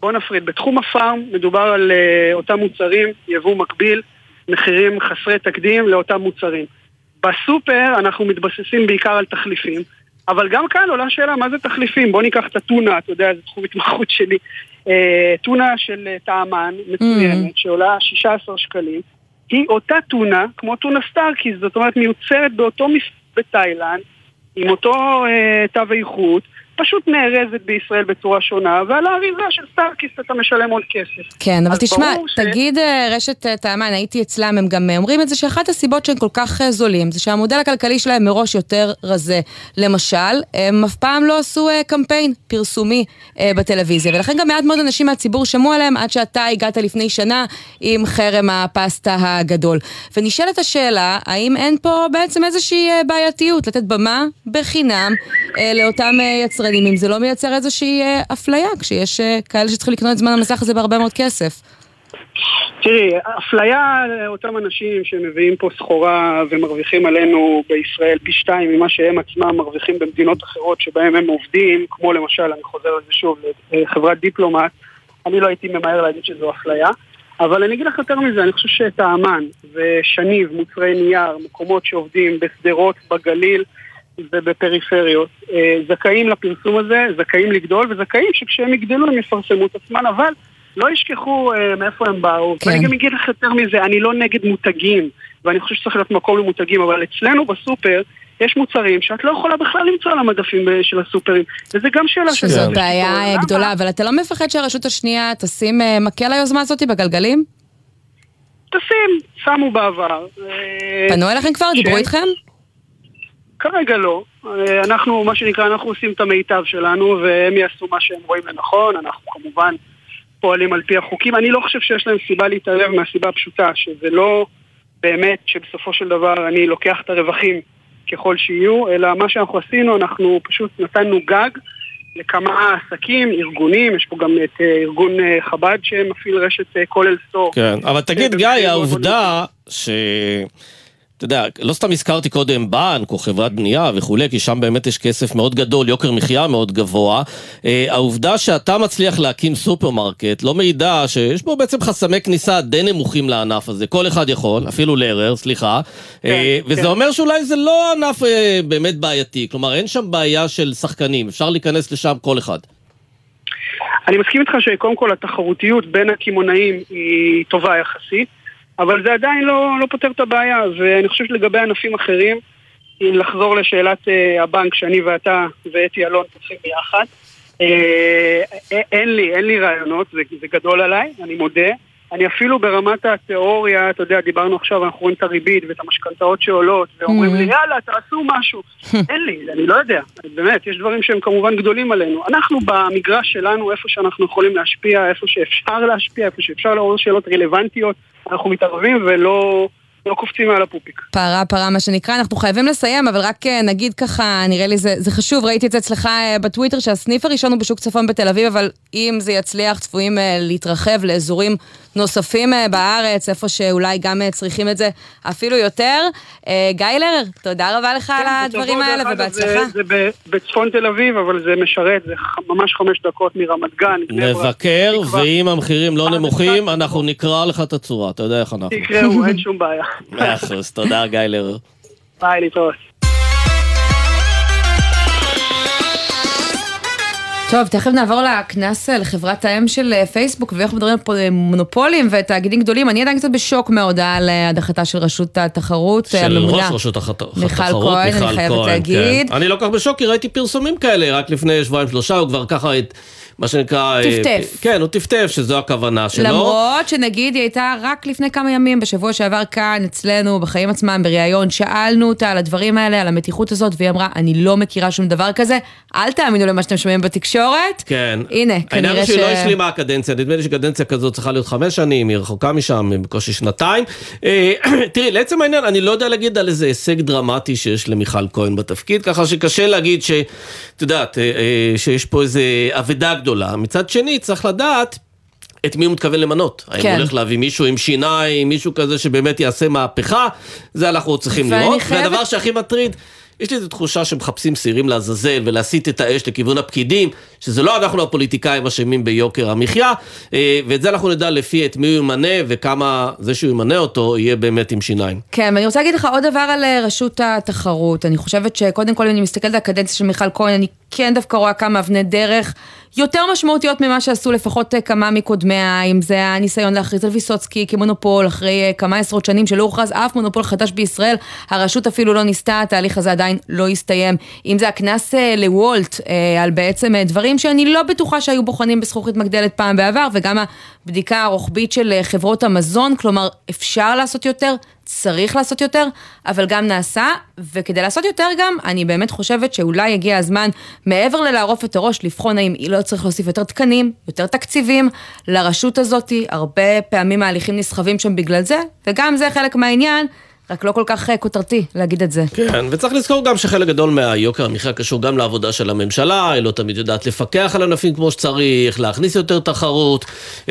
Speaker 18: בוא נפריד. בתחום הפארם מדובר על uh, אותם מוצרים, יבוא מקביל, מחירים חסרי תקדים לאותם מוצרים. בסופר אנחנו מתבססים בעיקר על תחליפים, אבל גם כאן עולה שאלה מה זה תחליפים. בוא ניקח את הטונה, אתה יודע, זה תחום התמחות שלי. Uh, טונה של uh, טעמן מצוינת, mm. שעולה שישה עשר שקלים. היא אותה טונה, כמו טונה סטארקיס, זאת אומרת מיוצרת באותו מפעל בתאילנד, עם אותו uh, תו איכות, פשוט נארזת בישראל בצורה שונה, ועל האריזה של סטארקיס אתה משלם עוד כסף.
Speaker 10: כן, אבל תשמע,
Speaker 18: ש...
Speaker 10: תגיד רשת טעמן, הייתי אצלם, הם גם אומרים את זה שאחת הסיבות שהם כל כך זולים, זה שהמודל הכלכלי שלהם מראש יותר רזה. למשל, הם אף פעם לא עשו קמפיין פרסומי בטלוויזיה, ולכן גם מעט מאוד אנשים מהציבור שמעו עליהם, עד שאתה הגעת לפני שנה עם חרם הפסטה הגדול. ונשאלת השאלה, האם אין פה בעצם איזושהי בעייתיות, לתת במה בחינם לאותם יצרנים, אם זה לא מייצר איזושהי אפליה, כשיש כאלה שצריכים לקנות את זמן המסך הזה בהרבה מאוד כסף.
Speaker 18: תראי, אפליה אותם אנשים שמביאים פה סחורה ומרוויחים עלינו בישראל פי שתיים ממה שהם עצמם מרוויחים במדינות אחרות שבהם הם עובדים, כמו למשל, אני חוזר על זה שוב, חברת דיפלומט, אני לא הייתי ממהר להגיד שזו אפליה, אבל אני אגיד לך יותר מזה, אני חושב שטעמן ושניב, מוצרי נייר, מקומות שעובדים בסדרות, בגליל, ובפריפריות, זכאים לפרסום הזה, זכאים לגדול, וזכאים שכשהם יגדלו הם יפרסמו את עצמם, אבל לא ישכחו מאיפה הם באו. ואני גם אגיד לך יותר מזה, אני לא נגד מותגים, ואני חושב שצריך להיות מקום למותגים, אבל אצלנו בסופר יש מוצרים שאת לא יכולה בכלל למצוא על המדפים של הסופרים, וזה גם שאלה של...
Speaker 10: שזאת בעיה גדולה, אבל אתה לא מפחד שהרשות השנייה תשים מקל היוזמה הזאת בגלגלים?
Speaker 18: תשים, שמו בעבר.
Speaker 10: פנו אליכם כבר? דיברו איתכם?
Speaker 18: כרגע לא. אנחנו, מה שנקרא, אנחנו עושים את המיטב שלנו, והם יעשו מה שהם רואים לנכון. אנחנו כמובן פועלים על פי החוקים. אני לא חושב שיש להם סיבה להתערב מהסיבה הפשוטה, שזה לא באמת שבסופו של דבר אני לוקח את הרווחים ככל שיהיו, אלא מה שאנחנו עשינו, אנחנו פשוט נתנו גג לכמה עסקים, ארגונים, יש פה גם את ארגון חב"ד שמפעיל רשת כולל סטור.
Speaker 11: כן, אבל תגיד גיא, העובדה ש... אתה יודע, לא סתם הזכרתי קודם בנק או חברת בנייה וכולי, כי שם באמת יש כסף מאוד גדול, יוקר מחיה מאוד גבוה. העובדה שאתה מצליח להקים סופרמרקט, לא מעידה שיש בו בעצם חסמי כניסה די נמוכים לענף הזה. כל אחד יכול, אפילו לרר, סליחה. וזה אומר שאולי זה לא ענף באמת בעייתי. כלומר, אין שם בעיה של שחקנים. אפשר להיכנס לשם כל אחד.
Speaker 18: אני מסכים איתך שקודם כל התחרותיות בין הכימונאים היא טובה יחסית. אבל זה עדיין לא, לא פותר את הבעיה, ואני חושב שלגבי ענפים אחרים, אם לחזור לשאלת uh, הבנק שאני ואתה ואתי אלון פותחים ביחד, uh, אין לי, אין לי רעיונות, זה, זה גדול עליי, אני מודה. אני אפילו ברמת התיאוריה, אתה יודע, דיברנו עכשיו, אנחנו רואים את הריבית ואת המשכנתאות שעולות, ואומרים לי, יאללה, תעשו משהו. אין לי, אני לא יודע. באמת, יש דברים שהם כמובן גדולים עלינו. אנחנו במגרש שלנו, איפה שאנחנו יכולים להשפיע, איפה שאפשר להשפיע, איפה שאפשר לעורר שאלות רלוונטיות, אנחנו מתערבים ולא... לא קופצים על הפופיק.
Speaker 10: פרה, פרה, מה שנקרא, אנחנו חייבים לסיים, אבל רק נגיד ככה, נראה לי זה, זה חשוב, ראיתי את זה אצלך בטוויטר, שהסניף הראשון הוא בשוק צפון בתל אביב, אבל אם זה יצליח, צפויים להתרחב לאזורים נוספים בארץ, איפה שאולי גם צריכים את זה אפילו יותר. גיילר, תודה רבה לך על הדברים האלה, ובהצלחה.
Speaker 18: זה בצפון תל אביב, אבל זה משרת, זה ממש חמש דקות מרמת גן.
Speaker 11: נבקר, ואם המחירים לא נמוכים, אנחנו נקרא לך את הצורה, אתה יודע איך אנחנו.
Speaker 18: תקראו, אין שום בעיה.
Speaker 11: מאה אחוז, תודה גיילר.
Speaker 18: ביי, להתראות.
Speaker 10: טוב, תכף נעבור לכנס לחברת האם של פייסבוק, ואיך מדברים פה מונופולים ותאגידים גדולים. אני עדיין קצת בשוק מההודעה על הדחתה של רשות התחרות.
Speaker 11: של ראש רשות התחרות,
Speaker 10: מיכל כהן, אני חייבת להגיד.
Speaker 11: אני לא כך בשוק, כי ראיתי פרסומים כאלה, רק לפני שבועיים שלושה, הוא כבר ככה את... מה שנקרא...
Speaker 10: טפטף.
Speaker 11: כן, הוא טפטף, שזו הכוונה שלו.
Speaker 10: למרות שנגיד היא הייתה רק לפני כמה ימים, בשבוע שעבר כאן, אצלנו, בחיים עצמם, בראיון, שאלנו אותה על הדברים האלה, על המתיחות הזאת, והיא אמרה, אני לא מכירה שום דבר כזה, אל תאמינו למה שאתם שומעים בתקשורת.
Speaker 11: כן.
Speaker 10: הנה, כנראה ש...
Speaker 11: העניין שלא השלימה הקדנציה, נדמה לי שקדנציה כזאת צריכה להיות חמש שנים, היא רחוקה משם, בקושי שנתיים. תראי, לעצם העניין, אני לא יודע להגיד על איזה הישג דרמטי שיש למיכל כהן בתפקיד, ככה שקשה להגיד ש, אתה יודעת, שיש פה איזה עבודה גדולה. מצד שני, צריך לדעת את מי הוא מתכוון למנות. האם הוא הולך להביא מישהו עם שיניים, מישהו כזה שבאמת יעשה מהפכה, זה אנחנו צריכים לראות. והדבר שהכי מטריד, יש לי את התחושה שמחפשים סירים לעזאזל ולהסיט את האש לכיוון הפקידים, שזה לא אנחנו הפוליטיקאים אשמים ביוקר המחיה, ואת זה אנחנו נדע לפי את מי הוא ימנה וכמה זה שהוא ימנה אותו יהיה באמת עם שיניים.
Speaker 10: כן, ואני רוצה להגיד לך עוד דבר על רשות התחרות. אני חושבת שקודם כל אם אני מסתכלת על הקדנציה של מיכל כהן, אני כן דווקא רואה כמה אבני דרך יותר משמעותיות ממה שעשו לפחות כמה מקודמיה, אם זה הניסיון להכריז על ויסוצקי כמונופול, אחרי כמה עשרות שנים שלא הוכרז אף מונופול חדש בישראל, הרשות אפילו לא ניסתה, התהליך הזה עדיין לא הסתיים. אם זה הכנס לוולט, על בעצם דברים שאני לא בטוחה שהיו בוחנים בזכוכית מגדלת פעם בעבר, וגם הבדיקה הרוחבית של חברות המזון, כלומר אפשר לעשות יותר, צריך לעשות יותר, אבל גם נעשה, וכדי לעשות יותר גם, אני באמת חושבת שאולי הגיע הזמן, מעבר ללערוף את הראש, לבחון האם היא לא צריך להוסיף יותר תקנים, יותר תקציבים, לרשות הזאת, הרבה פעמים ההליכים נסחבים שם בגלל זה, וגם זה חלק מהעניין, רק לא כל כך כותרתי להגיד את זה.
Speaker 11: כן, וצריך לזכור גם שחלק גדול מהיוקר המחיה קשור גם לעבודה של הממשלה, היא לא תמיד יודעת לפקח על ענפים כמו שצריך, להכניס יותר תחרות,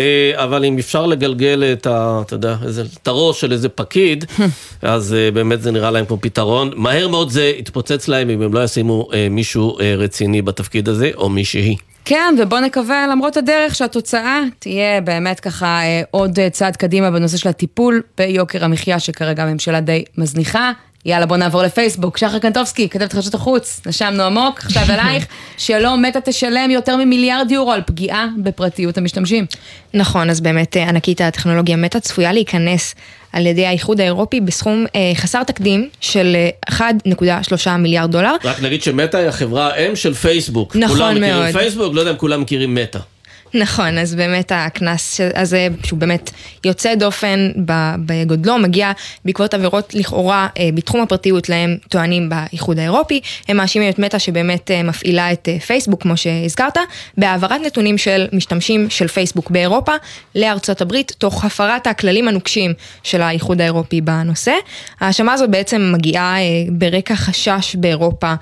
Speaker 11: אבל אם אפשר לגלגל את ה, אתה יודע, את הראש של איזה פקיד, אז באמת זה נראה להם כמו פתרון. מהר מאוד זה יתפוצץ להם אם הם לא ישימו מישהו רציני בתפקיד הזה, או מישהי.
Speaker 10: כן, ובוא נקווה למרות הדרך שהתוצאה תהיה באמת ככה עוד צעד קדימה בנושא של הטיפול ביוקר המחיה שכרגע הממשלה די מזניחה. יאללה, בוא נעבור לפייסבוק. שחר קנטובסקי, כתבת חדשות החוץ, נשמנו עמוק, עכשיו אלייך, שלא מתה תשלם יותר ממיליארד יורו על פגיעה בפרטיות המשתמשים.
Speaker 19: נכון, אז באמת ענקית הטכנולוגיה מתה צפויה להיכנס על ידי האיחוד האירופי בסכום אה, חסר תקדים של אחד נקודה שלושה מיליארד דולר.
Speaker 11: רק נגיד שמטה היא החברה האם של פייסבוק.
Speaker 19: נכון מאוד.
Speaker 11: כולם מכירים פייסבוק, לא יודע אם כולם מכירים מטה.
Speaker 19: נכון, אז באמת הכנס הזה, שהוא באמת יוצא דופן בגודלו, מגיע בעקבות עבירות לכאורה בתחום הפרטיות להם טוענים באיחוד האירופי. הם מאשימים את מטה שבאמת מפעילה את פייסבוק, כמו שהזכרת, בהעברת נתונים של משתמשים של פייסבוק באירופה לארצות הברית, תוך הפרת הכללים הנוקשים של האיחוד האירופי בנושא. ההאשמה הזאת בעצם מגיעה ברקע חשש באירופה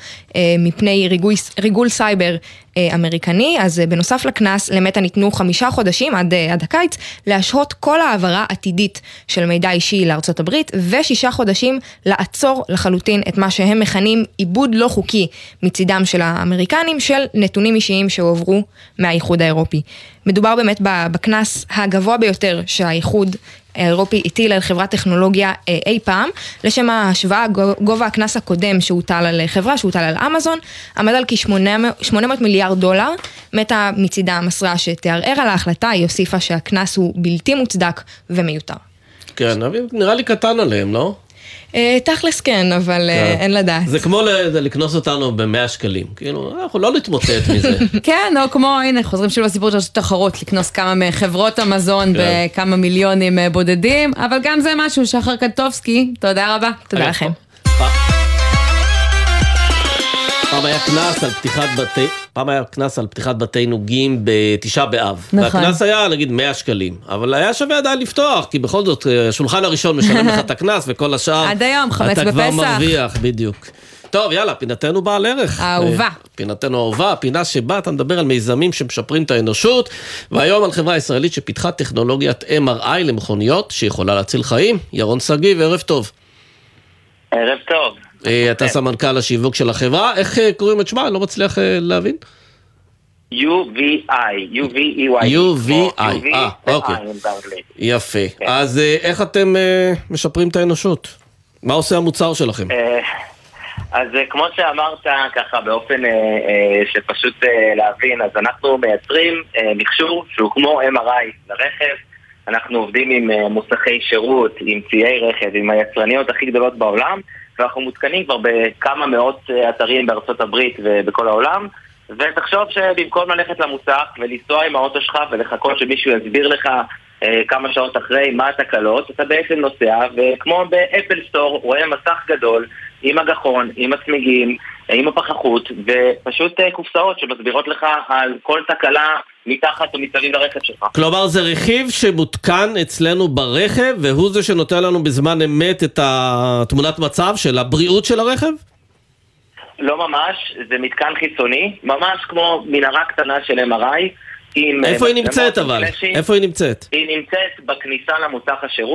Speaker 19: מפני ריגול, ריגול סייבר אמריקני. אז בנוסף לכנס למטה ניתנו חמישה חודשים עד, עד הקיץ להשהות כל העברה עתידית של מידע אישי לארצות הברית, ושישה חודשים לעצור לחלוטין את מה שהם מכנים עיבוד לא חוקי מצידם של האמריקנים של נתונים אישיים שהועברו מהאיחוד האירופי. מדובר באמת בכנס הגבוה ביותר שהאיחוד האירופי הטיל על חברת טכנולוגיה אי פעם, לשם ההשוואה גובה הכנס הקודם שהוטל על חברה, שהוטל על אמזון, עמד על כ-שמונה מאות מיליארד דולר. מטה מצידה מסרה שתערער על ההחלטה, היא הוסיפה שהכנס הוא בלתי מוצדק ומיותר.
Speaker 11: כן, נראה לי קטן עליהם, לא?
Speaker 19: תכלס כן, אבל אין לדעת.
Speaker 11: זה כמו לקנוס אותנו ב-מאה שקלים, כאילו, אנחנו לא נתמוטט מזה.
Speaker 10: כן, או כמו, הנה, חוזרים שוב לסיפור של רשות תחרות, לקנוס כמה מחברות המזון בכמה מיליונים בודדים, אבל גם זה משהו, שחר קנטובסקי, תודה רבה.
Speaker 19: תודה לכם.
Speaker 11: פעם היה כנס על פתיחת בתי, פעם היה כנס על פתיחת בתי נוגים בתשעה באב.
Speaker 10: נכון.
Speaker 11: והכנס היה, נגיד, מאה שקלים. אבל היה שווה עדיין לפתוח, כי בכל זאת, השולחן הראשון משלם לך את הכנס, וכל השאר...
Speaker 10: עד היום, חמץ בפסח.
Speaker 11: אתה כבר מרוויח, בדיוק. טוב, יאללה, פינתנו בעל ערך.
Speaker 10: האהובה.
Speaker 11: פינתנו האהובה, פינה שבה אתה מדבר על מיזמים שמשפרים את האנושות, והיום על חברה ישראלית שפיתחה טכנולוגיית אם אר איי למכוניות, שיכולה להציל חיים. ירון שגיב, ערב טוב.
Speaker 20: ערב טוב.
Speaker 11: אתה סמנכ"ל השיווק של החברה, איך קוראים את שמה? אני לא מצליח להבין.
Speaker 20: יו וי איי, יו וי אי וואי.
Speaker 11: יו וי איי, אה, אוקיי. יפה. אז איך אתם משפרים את האנושות? מה עושה המוצר שלכם?
Speaker 20: אז כמו שאמרת, ככה באופן שפשוט להבין, אז אנחנו מייצרים מכשור שהוא כמו אם אר איי לרכב. אנחנו עובדים עם מוסכי שירות, עם ציי רכב, עם היצרניות הכי גדולות בעולם, ואנחנו מותקנים כבר בכמה מאות אתרים בארצות הברית ובכל העולם. ותחשוב שבמקום ללכת למוסך ולנסוע עם האוטו שלך ולחכות שמישהו יסביר לך אה, כמה שעות אחרי מה התקלות, אתה בעצם נוסע, וכמו באפל סטור רואה מסך גדול עם הגחון, עם הצמיגים, עם הפחחות, ופשוט אה, קופסאות שמסבירות לך על כל תקלה מתחת או מסביב לרכב שלך.
Speaker 11: כלומר, זה רכיב שמותקן אצלנו ברכב, והוא זה שנותן לנו בזמן אמת את התמונת מצב של הבריאות של הרכב?
Speaker 20: לא ממש, זה מתקן חיצוני, ממש כמו מנהרה קטנה של אם אר איי.
Speaker 11: איפה היא נמצאת אבל? איפה היא נמצאת?
Speaker 20: היא נמצאת בכניסה למוסך השירות,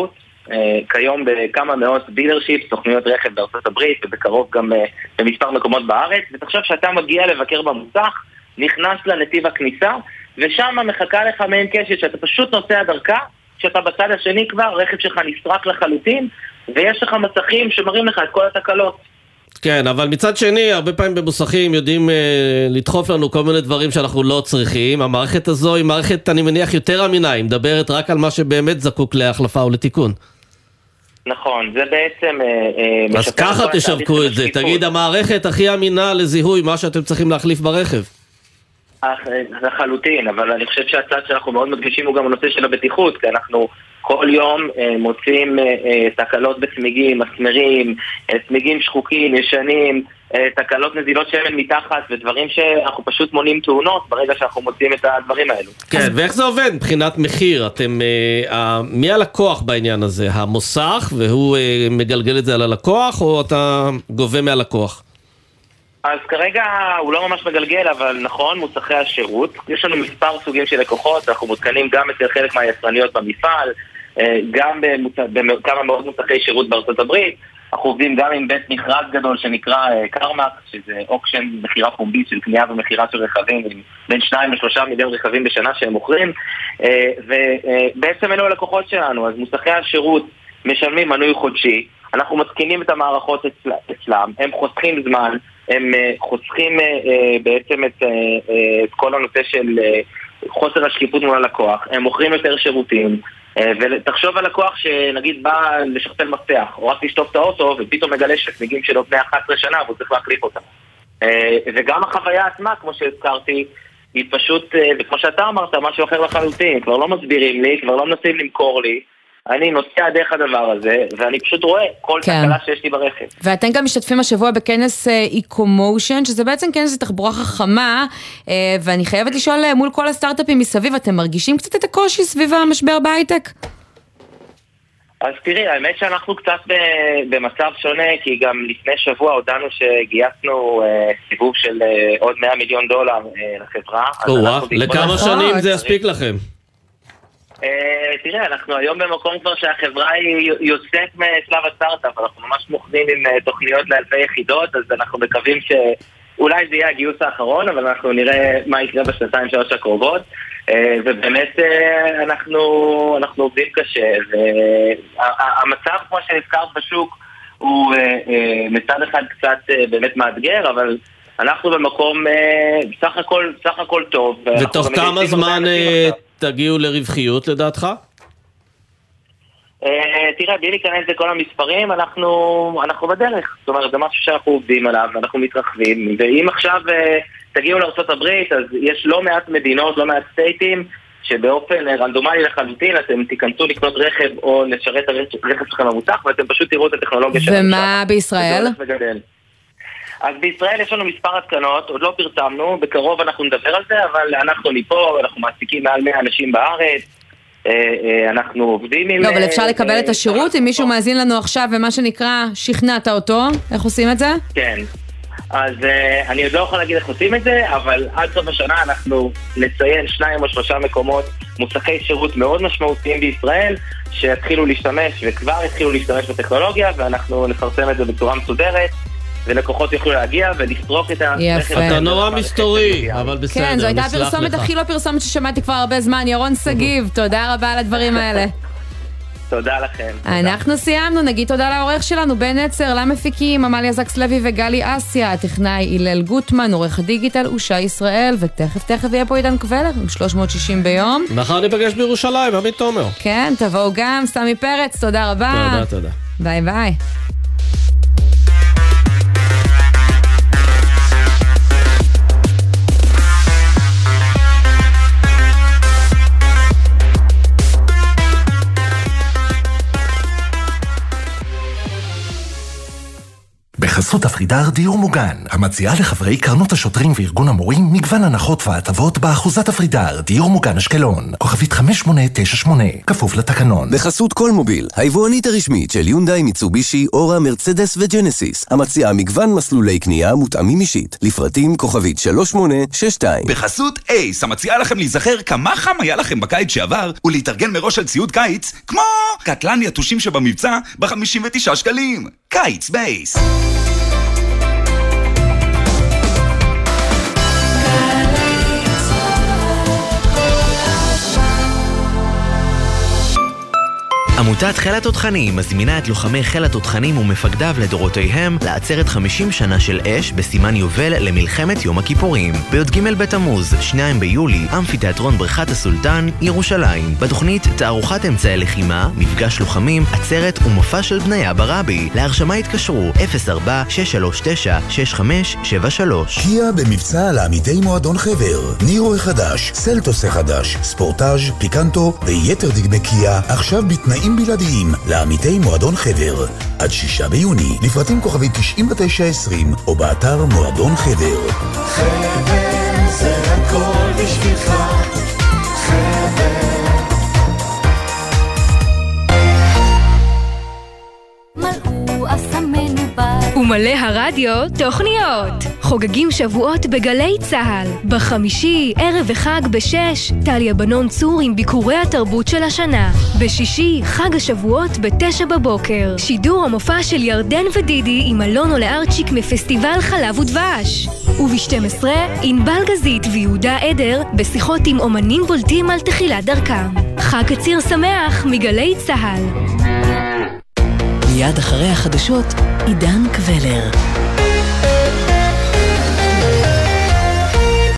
Speaker 20: כיום בכמה מאות דילרשיפ, סוכנויות רכב בארצות הברית, ובקרוב גם במספר מקומות בארץ, ותחשוב שאתה מגיע לבקר במוסך, נכנס לנתיב הכניסה, ושם מחכה לך מעין קשת שאתה פשוט נוסע דרכה, שאתה בצד השני כבר, הרכב שלך נסרק לחלוטין, ויש לך מסכים שמראים לך את כל התקלות.
Speaker 11: כן, אבל מצד שני, הרבה פעמים במוסכים יודעים אה, לדחוף לנו כל מיני דברים שאנחנו לא צריכים. המערכת הזו היא מערכת, אני מניח, יותר אמינה, היא מדברת רק על מה שבאמת זקוק להחלפה או לתיקון.
Speaker 20: נכון, זה בעצם... אה,
Speaker 11: אז ככה תשווקו את זה, תגיד, המערכת הכי אמינה לזיהוי מה שאתם צריכים להחליף ברכב.
Speaker 20: לחלוטין, אבל אני חושב שהצד שאנחנו מאוד מדגישים הוא גם הנושא של הבטיחות, כי אנחנו כל יום אה, מוצאים אה, תקלות בצמיגים, מסמרים, אה, צמיגים שחוקים, ישנים, אה, תקלות נזילות שמן מתחת, ודברים שאנחנו פשוט מונים תאונות ברגע שאנחנו מוצאים את הדברים האלו.
Speaker 11: כן, ואיך זה עובד מבחינת מחיר? אתם, אה, מי הלקוח בעניין הזה? המוסך, והוא אה, מגלגל את זה על הלקוח, או אתה גובה מהלקוח?
Speaker 20: אז כרגע הוא לא ממש מגלגל, אבל נכון, מוסכי השירות. יש לנו מספר סוגים של לקוחות, אנחנו מותקנים גם אצל חלק מהיצרניות במפעל, גם בכמה מאוד מוסכי שירות בארצות הברית. אנחנו עובדים גם עם בית מכרז גדול שנקרא קרמק, שזה אוקשן מחירה פומבית של קנייה ומחירה של רכבים, בין שניים לשלושה מיליון רכבים בשנה שהם מוכרים, ובעצם אלו הלקוחות שלנו. אז מוסכי השירות משלמים מנוי חודשי, אנחנו מתקינים את המערכות אצלם, הם חוסכים זמן, הם חוסכים בעצם את, את כל הנושא של חוסר השקיפות מול הלקוח, הם מוכרים יותר שירותים, ותחשוב על לקוח שנגיד בא לשכפל מפתח, או רק לשטוף את האוטו, ופתאום מגלה שצמיגים שלו בני אחת עשרה שנה, והוא צריך להחליף אותם. וגם החוויה עצמה, כמו שהזכרתי, היא פשוט, וכמו שאתה אמרת, משהו אחר לחלוטין, כבר לא מסבירים לי, כבר לא מנסים למכור לי, אני נוסע דרך הדבר הזה, ואני פשוט רואה כל כן. תקלה שיש לי ברכב.
Speaker 10: ואתם גם משתתפים השבוע בכנס איקומושן, שזה בעצם כנס לתחבורה חכמה, ואני חייבת לשאול מול כל הסטארט-אפים מסביב, אתם מרגישים קצת את הקושי סביב המשבר בהייטק?
Speaker 20: אז תראי, האמת שאנחנו קצת במצב שונה, כי גם לפני שבוע הודענו שגייסנו סיבוב של עוד מאה מיליון דולר לחברה.
Speaker 11: או, לכמה שנים זה יספיק לכם?
Speaker 20: תראה, אנחנו היום במקום כבר שהחברה היא יוצאת משלב הסטארט-אפ, אנחנו ממש מוכנים עם תוכניות לאלפי יחידות, אז אנחנו מקווים שאולי זה יהיה הגיוס האחרון, אבל אנחנו נראה מה יקרה בשנתיים שלוש הקרובות, ובאמת אנחנו, אנחנו עובדים קשה, והמצב כמו שנזכרת בשוק הוא מצד אחד קצת באמת מאתגר, אבל אנחנו במקום סך הכל, סך הכל טוב.
Speaker 11: ותוך כמה זמן תגיעו לרווחיות לדעתך?
Speaker 20: תראה, בלי להיכנס לכל המספרים, אנחנו, אנחנו בדרך. זאת אומרת, זה משהו שאנחנו עובדים עליו, ואנחנו מתרחבים. ואם עכשיו תגיעו לארצות הברית, אז יש לא מעט מדינות, לא מעט סטייטים, שבאופן רנדומלי לחלוטין, אתם תיכנסו לקנות רכב או לשרת הרכב שלכם המוצח, ואתם פשוט תראו את הטכנולוגיה שלנו.
Speaker 10: ומה בישראל?
Speaker 20: אז בישראל יש לנו מספר התקנות, עוד לא פרסמנו, בקרוב אנחנו נדבר על זה, אבל אנחנו מפה, אנחנו מעסיקים מעל מאה אנשים בארץ, אנחנו עובדים עם...
Speaker 10: לא, אבל אפשר לקבל את השירות, אם מישהו מאזין לנו עכשיו, ומה שנקרא, שכנעת אותו, איך עושים את זה?
Speaker 20: כן, אז אני עוד לא יכול להגיד איך עושים את זה, אבל עד סוף השנה אנחנו נציין שניים או שלושה מקומות, מוסכי שירות מאוד משמעותיים בישראל, שהתחילו להשתמש, וכבר התחילו להשתמש בטכנולוגיה, ואנחנו נפרסם את זה בצורה מסודרת, ולקוחות יוכלו להגיע ולסרוק את הרכב.
Speaker 11: אתה נורא מסתורי, אבל בסדר.
Speaker 10: כן, זו הייתה הפרסומת הכי לא פרסומת ששמעתי כבר הרבה זמן. ירון סגיב, תודה רבה על הדברים האלה.
Speaker 20: תודה לכם.
Speaker 10: אנחנו סיימנו, נגיד תודה לעורך שלנו, בן עצר, למפיקים, עמליה זקס לוי וגלי אסיה, הטכנאי הלל גוטמן, עורך הדיגיטל, אושה ישראל, ותכף תכף יהיה פה עידן קבלר, עם שלוש מאות שישים ביום.
Speaker 11: מחר ניפגש בירושלים, עמית תומר.
Speaker 10: כן, תבואו גם, סמי פרץ, תודה רבה.
Speaker 11: תודה, תודה.
Speaker 10: ביי ביי.
Speaker 15: בחסות בחסות אפרידר דיור מוגן, המציעה לחברי קרנות השוטרים וארגון המורים מגוון הנחות והטבות באחוזת אפרידר דיור מוגן אשקלון, כוכבית חמש שמונה תשע שמונה, כפוף לתקנון.
Speaker 6: בחסות כל מוביל, היבואנית הרשמית של יונדאי, מיצובישי, אורה, מרצדס וג'נסיס, המציעה מגוון מסלולי קנייה מותאמים אישית, לפרטים כוכבית שלוש שמונה שש שתיים.
Speaker 7: בחסות אייס, המציעה לכם להיזכר כמה חם היה לכם בקיץ שעבר ולהתארגן מראש על ציוד קיץ כמו קטלן יתושים שבמבצע ב-חמישים ותשעה שקלים. קיץ בייס.
Speaker 21: עמותת חיל התותחנים מזמינה את לוחמי חיל התותחנים ומפקדיו לדורותיהם לעצרת חמישים שנה של אש בסימן יובל למלחמת יום הכיפורים. בי"ג בתמוז, שניים ביולי, אמפיתיאטרון בריכת הסולטן, ירושלים. בתוכנית תערוכת אמצעי לחימה, מפגש לוחמים, עצרת ומופע של בניה ברבי. להרשמה התקשרו אפס ארבע שש שלוש תשע שש חמש שבע שלוש.
Speaker 22: קיה במבצע לעמיתי מועדון חבר. נירו החדש, סלטוס החדש, ספורטאז', פיקנטו ויתר דגמי קיה עכשיו בתנאים בלעדיים לעמיתי מועדון חבר. עד שישה ביוני, לפרטים כוכבי תשעים ותשע עשרים או באתר מועדון חבר.
Speaker 23: חבר זה הכל בשבילך. חבר
Speaker 24: מלאו אסמנו בר ומלא הרדיו תוכניות. חוגגים שבועות בגלי צהל. בחמישי, ערב וחג בשש, טליה בנון צור עם ביקורי התרבות של השנה. בשישי, חג השבועות בתשע בבוקר. שידור המופע של ירדן ודידי עם אלונו לארצ'יק מפסטיבל חלב ודבש. וב-שתים עשרה, ענבל גזית ויהודה עדר בשיחות עם אומנים בולטים על תחילת דרכם. חג קציר שמח מגלי צהל.
Speaker 14: מיד אחרי החדשות, עידן קבלר.